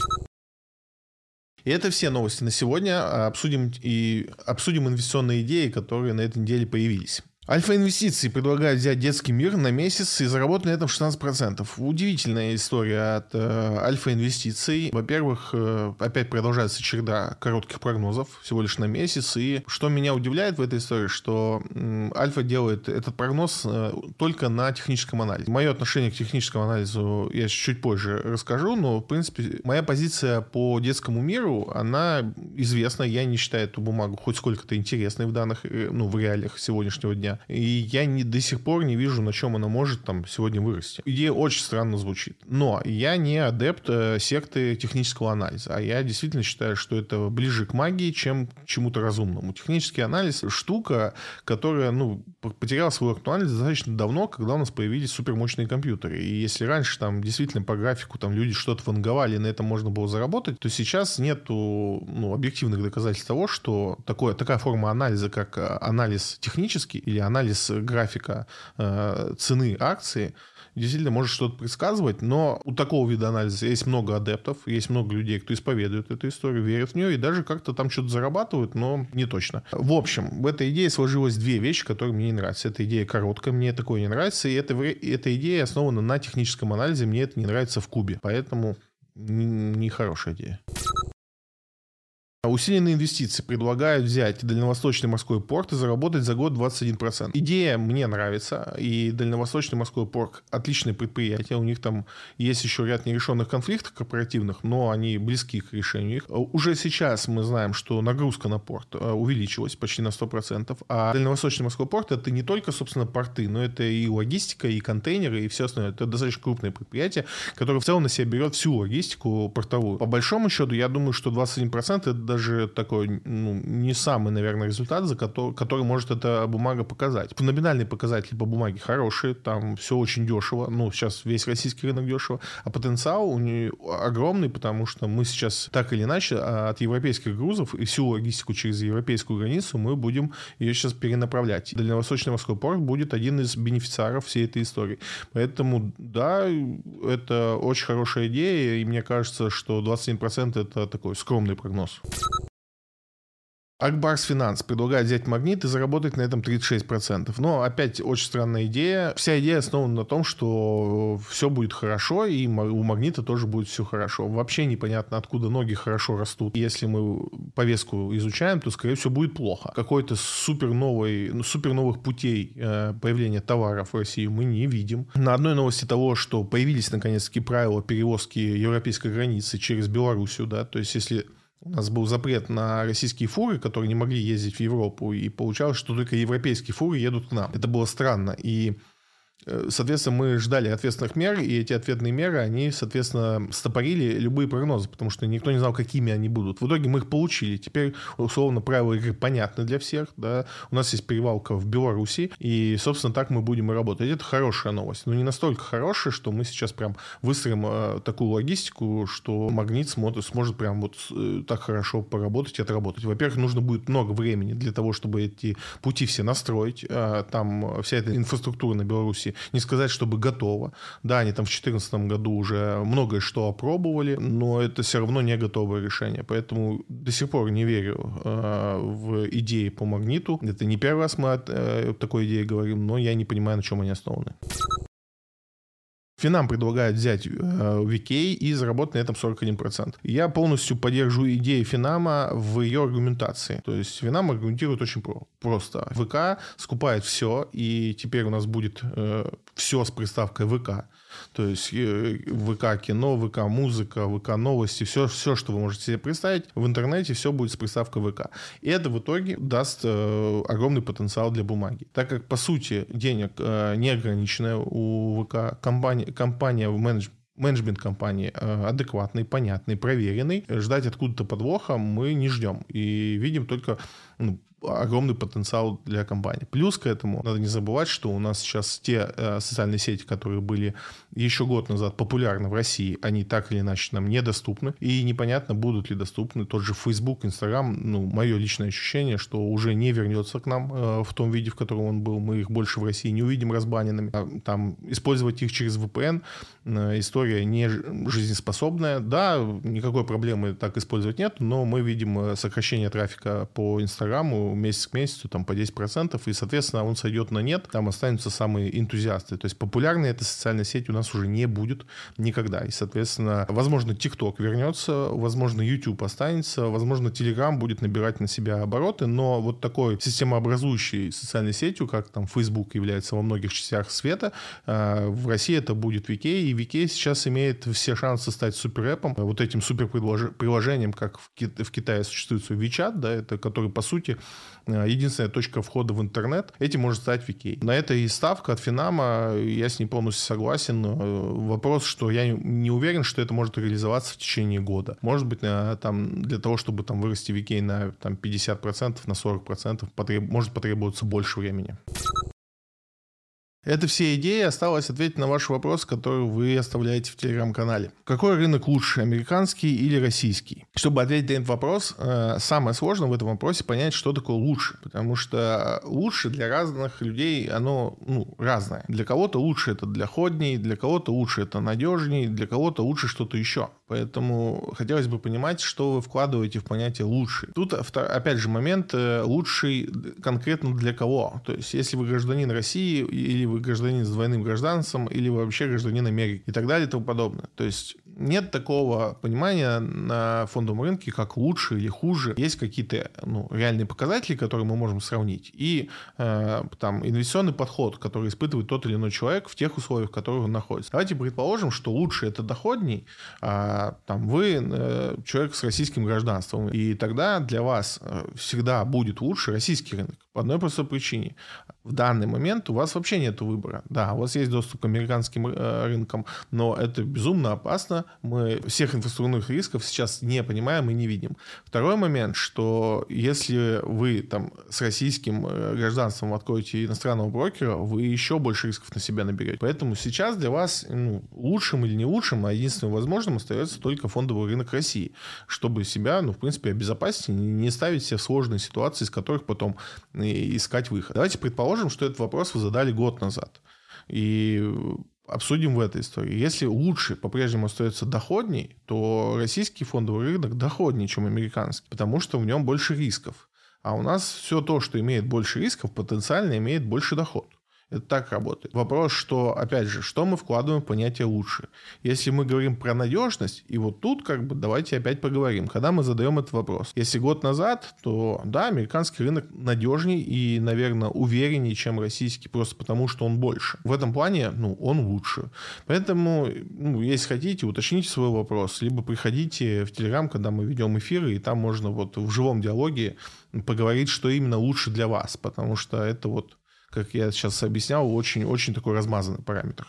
И это все новости на сегодня. Обсудим и обсудим инвестиционные идеи, которые на этой неделе появились. Альфа-инвестиции предлагают взять детский мир на месяц и заработать на этом шестнадцать процентов. Удивительная история от э, Альфа-инвестиций. Во-первых, э, опять продолжается череда коротких прогнозов, всего лишь на месяц. И что меня удивляет в этой истории, что э, Альфа делает этот прогноз э, только на техническом анализе. Мое отношение к техническому анализу я чуть позже расскажу, но, в принципе, моя позиция по детскому миру, она известна. Я не считаю эту бумагу хоть сколько-то интересной в данных, ну, в реалиях сегодняшнего дня. И я не, до сих пор не вижу, на чем она может там сегодня вырасти. Идея очень странно звучит. Но я не адепт э, секты технического анализа. А я действительно считаю, что это ближе к магии, чем к чему-то разумному. Технический анализ — штука, которая, ну, потеряла свою актуальность достаточно давно, когда у нас появились супермощные компьютеры. И если раньше там действительно по графику там люди что-то ванговали, и на этом можно было заработать, то сейчас нету, ну, объективных доказательств того, что такое, такая форма анализа, как анализ технический или анализ графика э, цены акции, действительно может что-то предсказывать, но у такого вида анализа есть много адептов, есть много людей, кто исповедует эту историю, верят в нее и даже как-то там что-то зарабатывают, но не точно. В общем, в этой идее сложилось две вещи, которые мне не нравятся. Эта идея короткая, мне такое не нравится, и эта, эта идея основана на техническом анализе, мне это не нравится в кубе, поэтому нехорошая идея. Усиленные инвестиции предлагают взять Дальневосточный морской порт и заработать за год двадцать один процент. Идея мне нравится, и Дальневосточный морской порт — отличное предприятие, у них там есть еще ряд нерешенных конфликтов корпоративных, но они близки к решению их. Уже сейчас мы знаем, что нагрузка на порт увеличилась почти на сто процентов, а Дальневосточный морской порт — это не только, собственно, порты, но это и логистика, и контейнеры, и все остальное. Это достаточно крупное предприятие, которое в целом на себя берет всю логистику портовую. По большому счету, я думаю, что двадцать один процент — это даже такой, ну, не самый, наверное, результат, за который, который может эта бумага показать. Номинальные показатели по бумаге хорошие, там все очень дешево, ну, сейчас весь российский рынок дешево, а потенциал у нее огромный, потому что мы сейчас так или иначе от европейских грузов и всю логистику через европейскую границу мы будем ее сейчас перенаправлять. Дальневосточный морской порт будет один из бенефициаров всей этой истории. Поэтому, да, это очень хорошая идея, и мне кажется, что двадцать один процент это такой скромный прогноз. Акбарс Финанс предлагает взять Магнит и заработать на этом тридцать шесть процентов. Но опять очень странная идея. Вся идея основана на том, что все будет хорошо, и у Магнита тоже будет все хорошо. Вообще непонятно, откуда ноги хорошо растут. Если мы повестку изучаем, то, скорее всего, будет плохо. Какой-то супер, новой, ну, супер новых путей э, появления товаров в России мы не видим. На одной новости того, что появились наконец-таки правила перевозки европейской границы через Белоруссию, да, то есть если у нас был запрет на российские фуры, которые не могли ездить в Европу, и получалось, что только европейские фуры едут к нам. Это было странно. И, соответственно, мы ждали ответственных мер, и эти ответные меры, они, соответственно, стопорили любые прогнозы, потому что никто не знал, какими они будут. В итоге мы их получили. Теперь, условно, правила игры понятны для всех. Да? У нас есть перевалка в Беларуси, и, собственно, так мы будем и работать. Это хорошая новость. Но не настолько хорошая, что мы сейчас прям выстроим э, такую логистику, что Магнит сможет, сможет прям вот э, так хорошо поработать и отработать. Во-первых, нужно будет много времени для того, чтобы эти пути все настроить. Э, там вся эта инфраструктура на Беларуси, не сказать, чтобы готово. Да, они там в две тысячи четырнадцатом году уже многое что опробовали, но это все равно не готовое решение. Поэтому до сих пор не верю э, в идеи по Магниту. Это не первый раз мы о э, такой идее говорим, но я не понимаю, на чем они основаны. Финам предлагает взять э, ви кей и заработать на этом сорок один процент. Я полностью поддерживаю идеи Финама в ее аргументации. То есть Финам аргументирует очень про- просто. ВК скупает все, и теперь у нас будет э, все с приставкой ВК. То есть э, ВК кино, ВК музыка, ВК новости, все, все, что вы можете себе представить, в интернете все будет с приставкой ВК. И это в итоге даст э, огромный потенциал для бумаги. Так как, по сути, денег э, неограниченное у ВК, компания, компания в менеджменте, менеджмент компании адекватный, понятный, проверенный. Ждать откуда-то подвоха мы не ждем. И видим только, ну, огромный потенциал для компании. Плюс к этому надо не забывать, что у нас сейчас те э, социальные сети, которые были еще год назад популярны в России, они так или иначе нам недоступны. И непонятно, будут ли доступны. Тот же Facebook, Instagram, ну, мое личное ощущение, что уже не вернется к нам э, в том виде, в котором он был. Мы их больше в России не увидим разбаненными. А, там, использовать их через ви пи эн э, история не жизнеспособная. Да, никакой проблемы так использовать нет, но мы видим сокращение трафика по Инстаграму ну, месяц к месяцу там по десять процентов, и, соответственно, он сойдет на нет, там останутся самые энтузиасты. То есть популярной эта социальная сеть у нас уже не будет никогда. И, соответственно, возможно, TikTok вернется, возможно, YouTube останется, возможно, Telegram будет набирать на себя обороты, но вот такой системообразующей социальной сетью, как там Facebook является во многих частях света, в России это будет ви кей, и ви кей сейчас имеет все шансы стать суперэпом, вот этим суперприложением, как в Китае существует свой WeChat, да, это который, по сути, единственная точка входа в интернет, этим может стать ви кей. На это и ставка от Финама, я с ней полностью согласен. Вопрос, что я не уверен, что это может реализоваться в течение года. Может быть, там, для того, чтобы там, вырасти ви кей на там, пятьдесят процентов, на сорок процентов, потреб... может потребоваться больше времени. Это все идеи. Осталось ответить на ваш вопрос, который вы оставляете в Телеграм-канале. Какой рынок лучше, американский или российский? Чтобы ответить на этот вопрос, самое сложное в этом вопросе понять, что такое лучше. Потому что лучше для разных людей оно ну, разное. Для кого-то лучше это доходней, для кого-то лучше это надежней, для кого-то лучше что-то еще. Поэтому хотелось бы понимать, что вы вкладываете в понятие «лучший». Тут, опять же, момент «лучший» конкретно для кого. То есть, если вы гражданин России, или вы гражданин с двойным гражданством, или вы вообще гражданин Америки, и так далее, и тому подобное. То есть, нет такого понимания на фондовом рынке, как лучше или хуже. Есть какие-то ну, реальные показатели, которые мы можем сравнить, и э, там, инвестиционный подход, который испытывает тот или иной человек в тех условиях, в которых он находится. Давайте предположим, что лучше это доходней, а там, вы э, человек с российским гражданством, и тогда для вас всегда будет лучше российский рынок. По одной простой причине. В данный момент у вас вообще нет выбора. Да, у вас есть доступ к американским э, рынкам, но это безумно опасно. Мы всех инфраструктурных рисков сейчас не понимаем и не видим. Второй момент, что если вы там с российским гражданством откроете иностранного брокера, вы еще больше рисков на себя наберете. Поэтому сейчас для вас ну, лучшим или не лучшим, а единственным возможным остается только фондовый рынок России, чтобы себя, ну, в принципе, обезопасить и не ставить себя в сложные ситуации, из которых потом искать выход. Давайте предположим, что этот вопрос вы задали год назад. И обсудим в этой истории. Если лучше по-прежнему остается доходней, то российский фондовый рынок доходнее, чем американский, потому что в нем больше рисков. А у нас все то, что имеет больше рисков, потенциально имеет больше доход. Это так работает. Вопрос, что, опять же, что мы вкладываем в понятие «лучше». Если мы говорим про надежность, и вот тут как бы давайте опять поговорим, когда мы задаем этот вопрос. Если год назад, то да, американский рынок надежней и, наверное, увереннее, чем российский, просто потому, что он больше. В этом плане, ну, он лучше. Поэтому, ну, если хотите, уточните свой вопрос, либо приходите в Телеграм, когда мы ведем эфиры, и там можно вот в живом диалоге поговорить, что именно лучше для вас, потому что это вот, как я сейчас объяснял, очень-очень такой размазанный параметр.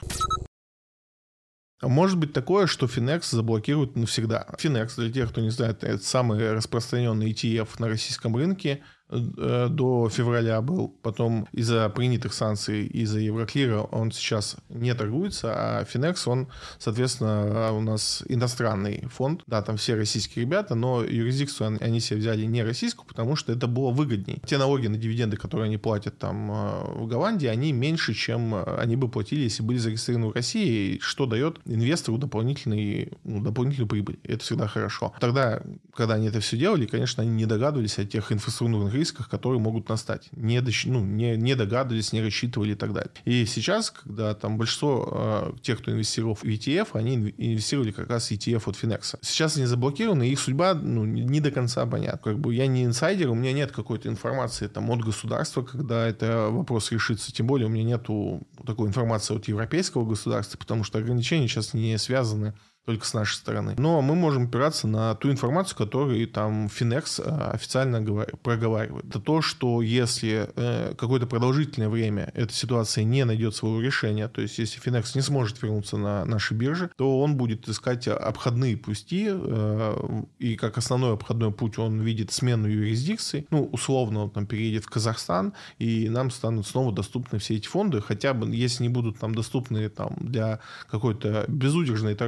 Может быть такое, что Finex заблокируют навсегда. Finex, для тех, кто не знает, это самый распространенный и ти эф на российском рынке. До февраля был. Потом из-за принятых санкций, из-за Евроклира он сейчас не торгуется, а Finex, он, соответственно, у нас иностранный фонд. Да, там все российские ребята, но юрисдикцию они себе взяли не российскую, потому что это было выгоднее. Те налоги на дивиденды, которые они платят там в Голландии, они меньше, чем они бы платили, если были зарегистрированы в России, что дает инвестору дополнительный, ну, дополнительную прибыль. Это всегда хорошо. Тогда, когда они это все делали, конечно, они не догадывались о тех инфраструктурных рисках, рисках, которые могут настать. Не, дощ... ну, не, не догадывались, не рассчитывали и так далее. И сейчас, когда там большинство э, тех, кто инвестировал в и ти эф, они инвестировали как раз в и ти эф от Finex. Сейчас они заблокированы, и их судьба ну, не до конца понятна. Как бы я не инсайдер, у меня нет какой-то информации там, от государства, когда это вопрос решится. Тем более у меня нету такой информации от европейского государства, потому что ограничения сейчас не связаны только с нашей стороны. Но мы можем опираться на ту информацию, которую там Finex официально говор- проговаривает. Это то, что если э, какое-то продолжительное время эта ситуация не найдет своего решения, то есть если Finex не сможет вернуться на наши биржи, то он будет искать обходные пути, э, и как основной обходной путь он видит смену юрисдикции. Ну, условно, он там переедет в Казахстан, и нам станут снова доступны все эти фонды, хотя бы если не будут там доступны там, для какой-то безудержной торговли,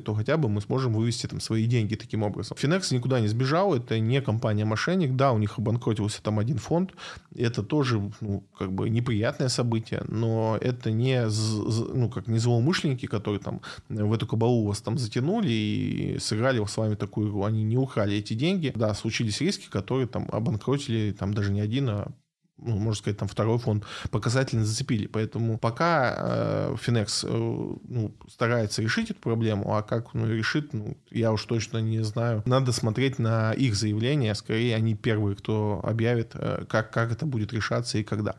то хотя бы мы сможем вывести там свои деньги таким образом. Финекс никуда не сбежал, это не компания-мошенник. Да, у них обанкротился там один фонд. Это тоже, ну, как бы неприятное событие, но это не, ну, как не злоумышленники, которые там в эту кабалу вас там затянули и сыграли с вами такую игру. Они не украли эти деньги. Да, случились риски, которые там обанкротили там даже не один, а, ну, можно сказать, там второй фонд показательно зацепили. Поэтому пока э, Финекс э, ну, старается решить эту проблему, а как он решит, ну, я уж точно не знаю. Надо смотреть на их заявления. Скорее, они первые, кто объявит, э, как, как это будет решаться и когда.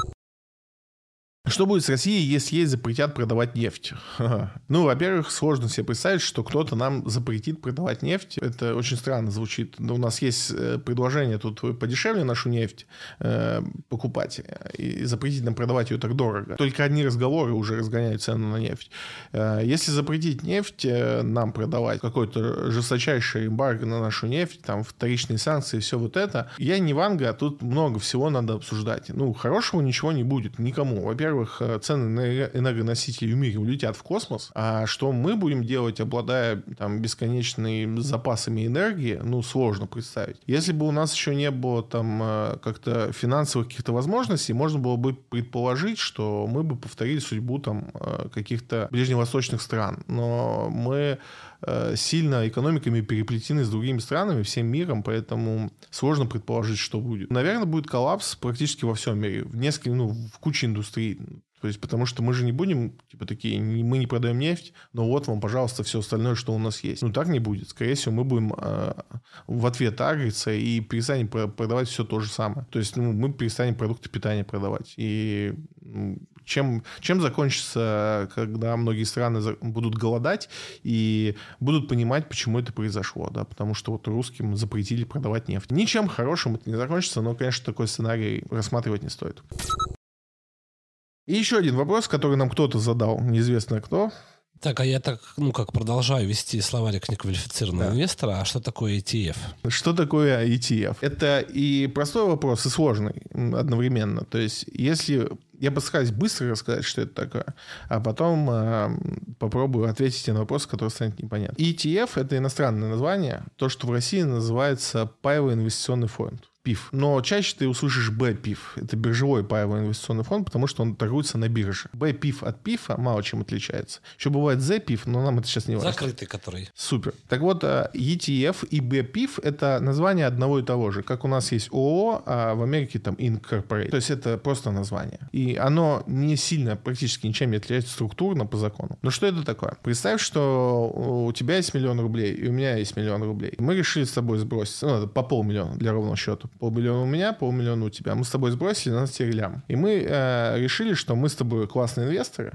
Что будет с Россией, если ей запретят продавать нефть? Ну, во-первых, сложно себе представить, что кто-то нам запретит продавать нефть. Это очень странно звучит. Но у нас есть предложение тут подешевле нашу нефть э, покупать и запретить нам продавать ее так дорого. Только одни разговоры уже разгоняют цену на нефть. Э, если запретить нефть э, нам продавать, какой-то жесточайший эмбарго на нашу нефть, там вторичные санкции, все вот это, я не Ванга, а тут много всего надо обсуждать. Ну, хорошего ничего не будет никому. Во-первых, цены на энергоносители в мире улетят в космос, а что мы будем делать, обладая там бесконечными запасами энергии, ну, сложно представить. Если бы у нас еще не было там как-то финансовых каких-то возможностей, можно было бы предположить, что мы бы повторили судьбу там каких-то ближневосточных стран. Но мы сильно экономиками переплетены с другими странами, всем миром, поэтому сложно предположить, что будет. Наверное, будет коллапс практически во всем мире, в нескольких, ну, в куче индустрий. То есть, потому что мы же не будем, типа, такие, мы не продаем нефть, но вот вам, пожалуйста, все остальное, что у нас есть. Ну, так не будет. Скорее всего, мы будем э, в ответ агриться и перестанем продавать все то же самое. То есть, ну, мы перестанем продукты питания продавать. И ну, чем, чем закончится, когда многие страны будут голодать и будут понимать, почему это произошло, да, потому что вот русским запретили продавать нефть. Ничем хорошим это не закончится, но, конечно, такой сценарий рассматривать не стоит. И еще один вопрос, который нам кто-то задал, неизвестно кто. Так, а я так, ну, как продолжаю вести словарик неквалифицированного да. инвестора. А что такое и ти эф? Что такое и ти эф? Это и простой вопрос, и сложный одновременно. То есть, если... Я постараюсь быстро рассказать, что это такое, а потом э, попробую ответить на вопрос, который станет непонятен. и ти эф – это иностранное название, то, что в России называется паевый инвестиционный фонд. пиф. Но чаще ты услышишь бэ-пиф. Это биржевой паевой инвестиционный фонд, потому что он торгуется на бирже. бэ-пиф от пифа мало чем отличается. Еще бывает зэ-пиф, но нам это сейчас не важно. Закрытый который. Супер. Так вот, и ти эф и бэ-пиф – это название одного и того же. Как у нас есть ООО, а в Америке там Incorporate. То есть это просто название. И оно не сильно, практически ничем не отличается структурно по закону. Но что это такое? Представь, что у тебя есть миллион рублей, и у меня есть миллион рублей. Мы решили с тобой сбросить, ну, по полмиллиона для ровного счета. Полмиллиона у меня, полмиллиона у тебя. Мы с тобой сбросили, на нас теперь лям. И мы э, решили, что мы с тобой классные инвесторы,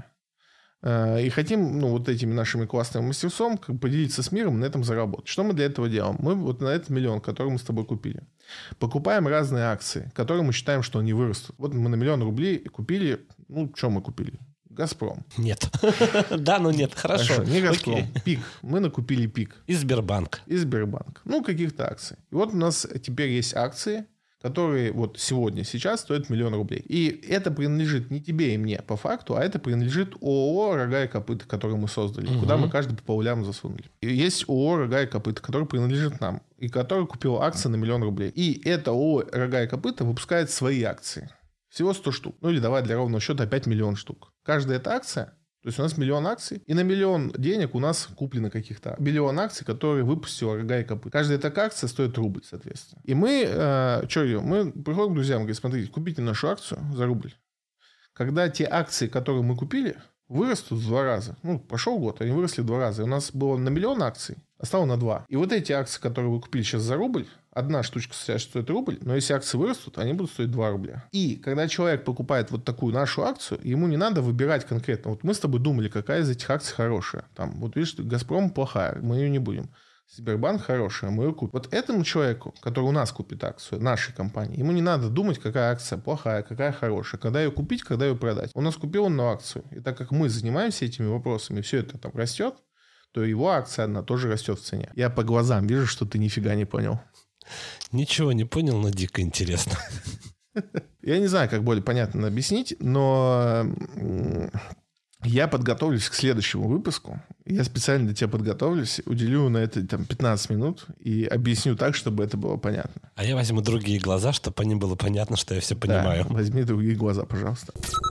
э, и хотим, ну, вот этими нашими классным мастерством как бы поделиться с миром и на этом заработать. Что мы для этого делаем? Мы вот на этот миллион, который мы с тобой купили, покупаем разные акции, которые мы считаем, что они вырастут. Вот мы на миллион рублей купили, ну, что мы купили? Газпром. Нет. Да, но нет. Хорошо. Не Газпром. Пик. Мы накупили Пик. И Сбербанк. И Сбербанк. Ну, каких-то акций. И вот у нас теперь есть акции, которые вот сегодня, сейчас стоят миллион рублей. И это принадлежит не тебе и мне по факту, а это принадлежит ООО «Рога и копыта», который мы создали, угу. куда мы каждый по полулям засунули. И есть ООО «Рога и копыта», который принадлежит нам, и который купил акции на миллион рублей. И это ООО «Рога и копыта» выпускает свои акции. Всего сто штук. Ну или давай для ровного счета пять миллионов штук. Каждая эта акция, то есть у нас миллион акций, и на миллион денег у нас куплено каких-то миллион акций, которые выпустила «Рога и копыта». Каждая эта акция стоит рубль, соответственно. И мы, э, что делаем? Мы приходим к друзьям, говорим, смотрите, купите нашу акцию за рубль. Когда те акции, которые мы купили, вырастут в два раза. Ну, прошел год, они выросли в два раза. И у нас было на миллион акций, а стало на два. И вот эти акции, которые вы купили сейчас за рубль, одна штучка сейчас стоит рубль, но если акции вырастут, они будут стоить два рубля. И когда человек покупает вот такую нашу акцию, ему не надо выбирать конкретно. Вот мы с тобой думали, какая из этих акций хорошая. Там, вот видишь, «Газпром» плохая, мы ее не будем. Сбербанк хорошая, мы ее купим. Вот этому человеку, который у нас купит акцию, нашей компании, ему не надо думать, какая акция плохая, какая хорошая, когда ее купить, когда ее продать. Он нас купил на акцию. И так как мы занимаемся этими вопросами, все это там растет, то его акция, она тоже растет в цене. Я по глазам вижу, что ты нифига не понял. Ничего не понял, но дико интересно. Я не знаю, как более понятно объяснить, но Я подготовлюсь к следующему выпуску. Я специально для тебя подготовлюсь, уделю на это там, пятнадцать минут и объясню так, чтобы это было понятно. А я возьму другие глаза, чтобы по ним было понятно, что я все понимаю. Да, возьми другие глаза, пожалуйста.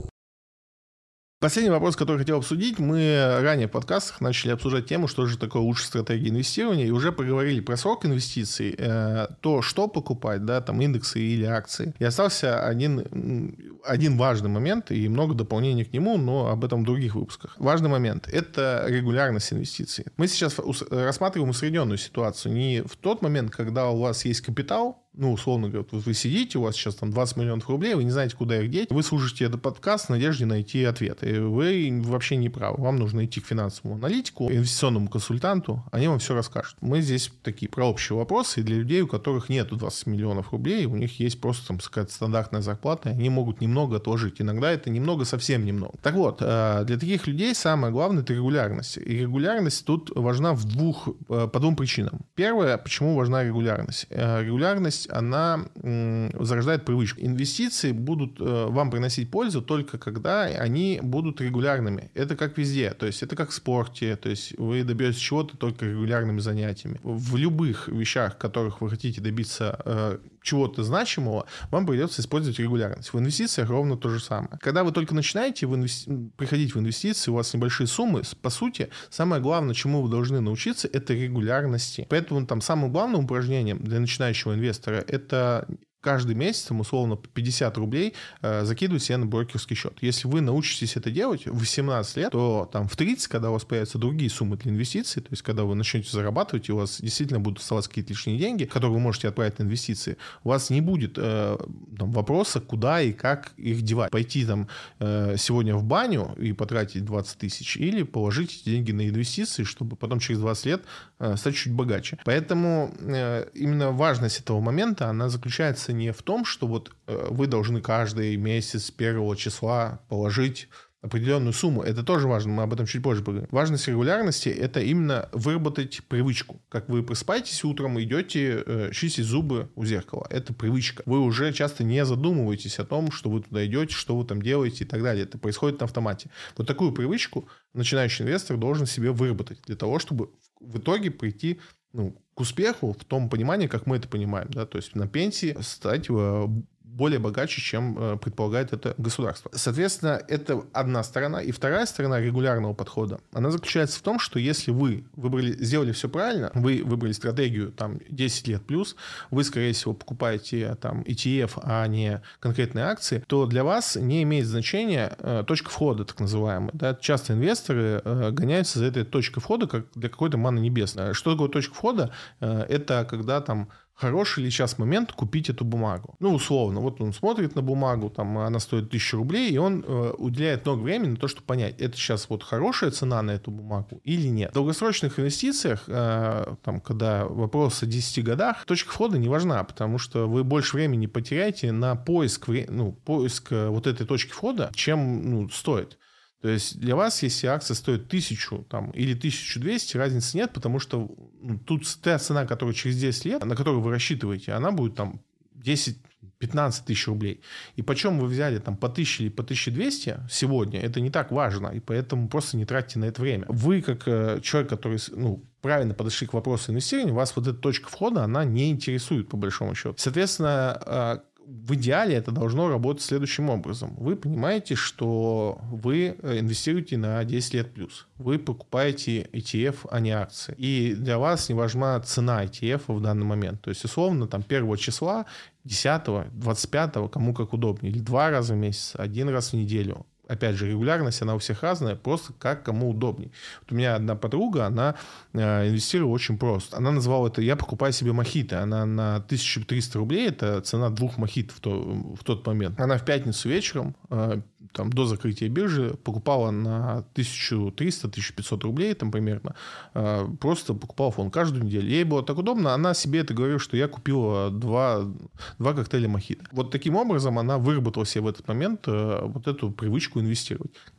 Последний вопрос, который хотел обсудить. Мы ранее в подкастах начали обсуждать тему, что же такое лучшая стратегия инвестирования, и уже поговорили про срок инвестиций, э, то, что покупать, да, там индексы или акции. И остался один, один важный момент, и много дополнений к нему, но об этом в других выпусках. Важный момент – это регулярность инвестиций. Мы сейчас рассматриваем усредненную ситуацию. Не в тот момент, когда у вас есть капитал, ну, условно говоря, вот вы сидите, у вас сейчас там двадцать миллионов рублей, вы не знаете, куда их деть, вы слушаете этот подкаст в надежде найти ответ. И вы вообще не правы. Вам нужно идти к финансовому аналитику, инвестиционному консультанту, они вам все расскажут. Мы здесь такие про общие вопросы, и для людей, у которых нету двадцать миллионов рублей, у них есть просто там какая-то стандартная зарплата, они могут немного отложить. Иногда это немного, совсем немного. Так вот, для таких людей самое главное – это регулярность. И регулярность тут важна в двух, по двум причинам. Первое, почему важна регулярность. Регулярность она м, зарождает привычку. Инвестиции будут э, вам приносить пользу только когда они будут регулярными. Это как везде. То есть это как в спорте. То есть вы добьетесь чего-то только регулярными занятиями. В любых вещах, в которых вы хотите добиться э, чего-то значимого, вам придется использовать регулярность. В инвестициях ровно то же самое. Когда вы только начинаете в инвести... приходить в инвестиции, у вас небольшие суммы, по сути, самое главное, чему вы должны научиться, это регулярности. Поэтому там самым главным упражнением для начинающего инвестора это каждый месяц, там, условно, пятьдесят рублей э, закидывать себе на брокерский счет. Если вы научитесь это делать в восемнадцать лет, то там в тридцать, когда у вас появятся другие суммы для инвестиций, то есть когда вы начнете зарабатывать, и у вас действительно будут оставаться какие-то лишние деньги, которые вы можете отправить на инвестиции, у вас не будет э, там, вопроса, куда и как их девать. Пойти там э, сегодня в баню и потратить двадцать тысяч, или положить эти деньги на инвестиции, чтобы потом через двадцать лет э, стать чуть богаче. Поэтому э, именно важность этого момента, она заключается не в том, что вот э, вы должны каждый месяц с первого числа положить определенную сумму. Это тоже важно, мы об этом чуть позже поговорим. Важность регулярности – это именно выработать привычку. Как вы просыпаетесь утром, идете э, чистить зубы у зеркала. Это привычка. Вы уже часто не задумываетесь о том, что вы туда идете, что вы там делаете и так далее. Это происходит на автомате. Вот такую привычку начинающий инвестор должен себе выработать для того, чтобы в итоге прийти ну, к успеху в том понимании, как мы это понимаем. Да? То есть на пенсии стать более богаче, чем предполагает это государство. Соответственно, это одна сторона. И вторая сторона регулярного подхода, она заключается в том, что если вы выбрали, сделали все правильно, вы выбрали стратегию там, десять лет плюс, вы, скорее всего, покупаете там, и ти эф, а не конкретные акции, то для вас не имеет значения э, точка входа, так называемая. Да? Часто инвесторы э, гоняются за этой точкой входа, как для какой-то манны небесной. Что такое точка входа? Э, это когда там хороший ли сейчас момент купить эту бумагу. Ну, условно, вот он смотрит на бумагу, там она стоит тысячу рублей, и он э, уделяет много времени на то, чтобы понять, это сейчас вот хорошая цена на эту бумагу или нет. В долгосрочных инвестициях, э, там, когда вопрос о десяти годах, точка входа не важна, потому что вы больше времени потеряете на поиск, ну, поиск вот этой точки входа, чем ну, стоит. То есть для вас, если акция стоит тысячу там, или тысячу двести, разницы нет, потому что ну, тут та цена, которая через десять лет, на которую вы рассчитываете, она будет там десять-пятнадцать тысяч рублей. И почем вы взяли там по тысяче или по тысяче двести сегодня, это не так важно, и поэтому просто не тратьте на это время. Вы, как э, человек, который ну, правильно подошли к вопросу инвестирования, вас вот эта точка входа, она не интересует по большому счету. Соответственно, э, в идеале это должно работать следующим образом. Вы понимаете, что вы инвестируете на десять лет плюс. Вы покупаете и ти эф, а не акции. И для вас не важна цена и ти эф в данный момент. То есть, условно, там первого числа, десятого, двадцать пятого, кому как удобнее. Или два раза в месяц, один раз в неделю. Опять же, регулярность, она у всех разная, просто как кому удобней. Вот у меня одна подруга, она э, инвестировала очень просто. Она называла это «я покупаю себе мохито». Она на тысячу триста рублей, это цена двух мохито в, то, в тот момент. Она в пятницу вечером, э, там, до закрытия биржи, покупала на тысячу триста - тысячу пятьсот рублей, там примерно, э, просто покупала фонд каждую неделю. Ей было так удобно, она себе это говорила, что я купила два, два коктейля мохито. Вот таким образом она выработала себе в этот момент э, вот эту привычку инвестировать. Как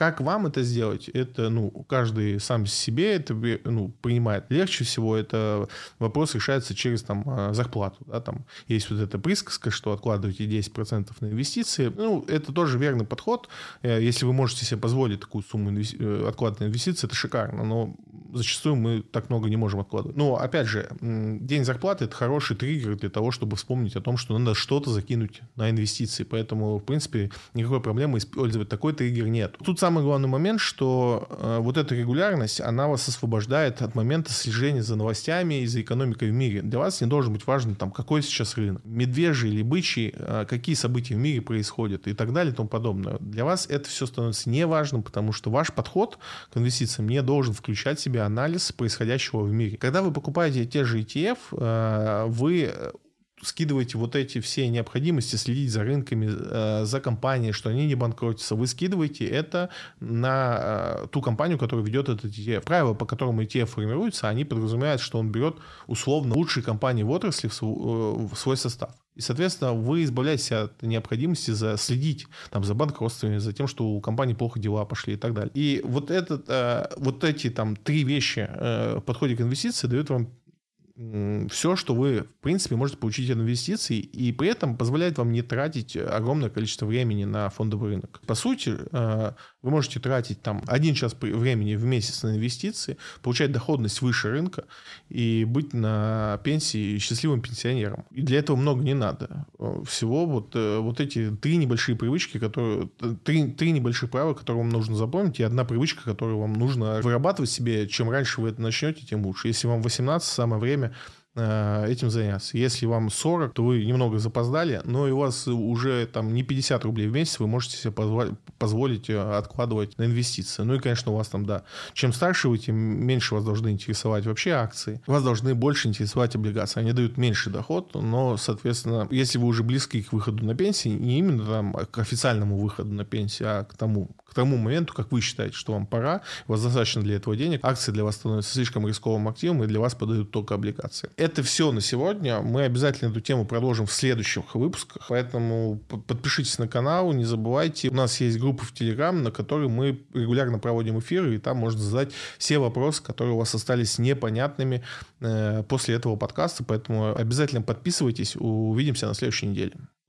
Как вам это сделать? Это, ну, каждый сам себе это, ну, принимает. Легче всего это вопрос решается через там зарплату. Да, там есть вот эта присказка, что откладывайте десять процентов на инвестиции. Ну, это тоже верный подход. Если вы можете себе позволить такую сумму инвести... откладывать на инвестиции, это шикарно. Но зачастую мы так много не можем откладывать. Но, опять же, день зарплаты – это хороший триггер для того, чтобы вспомнить о том, что надо что-то закинуть на инвестиции. Поэтому, в принципе, никакой проблемы использовать такой триггер нет. Тут самый главный момент, что э, вот эта регулярность, она вас освобождает от момента слежения за новостями и за экономикой в мире. Для вас не должен быть важно, там, какой сейчас рынок, медвежий или бычий, э, какие события в мире происходят и так далее и тому подобное. Для вас это все становится неважным, потому что ваш подход к инвестициям не должен включать в себя анализ происходящего в мире. Когда вы покупаете те же и ти эф, э, вы скидываете вот эти все необходимости следить за рынками, э, за компанией, что они не банкротятся, вы скидываете это на э, ту компанию, которая ведет этот и ти эф. Правила, по которым и ти эф формируется, они подразумевают, что он берет условно лучшие компании в отрасли в свой, э, в свой состав. И, соответственно, вы избавляетесь от необходимости за следить там, за банкротствами, за тем, что у компании плохо дела пошли и так далее. И вот, этот, э, вот эти там, три вещи э, в подходе к инвестиции дают вам все, что вы, в принципе, можете получить от инвестиций, и при этом позволяет вам не тратить огромное количество времени на фондовый рынок. По сути, вы можете тратить там один час времени в месяц на инвестиции, получать доходность выше рынка и быть на пенсии счастливым пенсионером. И для этого много не надо. Всего вот, вот эти три небольшие привычки, которые, три, три небольших правила, которые вам нужно запомнить, и одна привычка, которую вам нужно вырабатывать себе. Чем раньше вы это начнете, тем лучше. Если вам восемнадцать, самое время этим заняться. Если вам сорок, то вы немного запоздали, но и у вас уже там не пятьдесят рублей в месяц вы можете себе позволить, позволить откладывать на инвестиции. Ну и, конечно, у вас там, да, чем старше вы, тем меньше вас должны интересовать вообще акции. Вас должны больше интересовать облигации. Они дают меньший доход, но, соответственно, если вы уже близки к выходу на пенсию, не именно там к официальному выходу на пенсию, а к тому, к тому моменту, как вы считаете, что вам пора, у вас достаточно для этого денег, акции для вас становятся слишком рисковым активом, и для вас подают только облигации. Это все на сегодня. Мы обязательно эту тему продолжим в следующих выпусках, поэтому подпишитесь на канал, не забывайте. У нас есть группа в Телеграм, на которой мы регулярно проводим эфиры, и там можно задать все вопросы, которые у вас остались непонятными э, после этого подкаста, поэтому обязательно подписывайтесь. Увидимся на следующей неделе.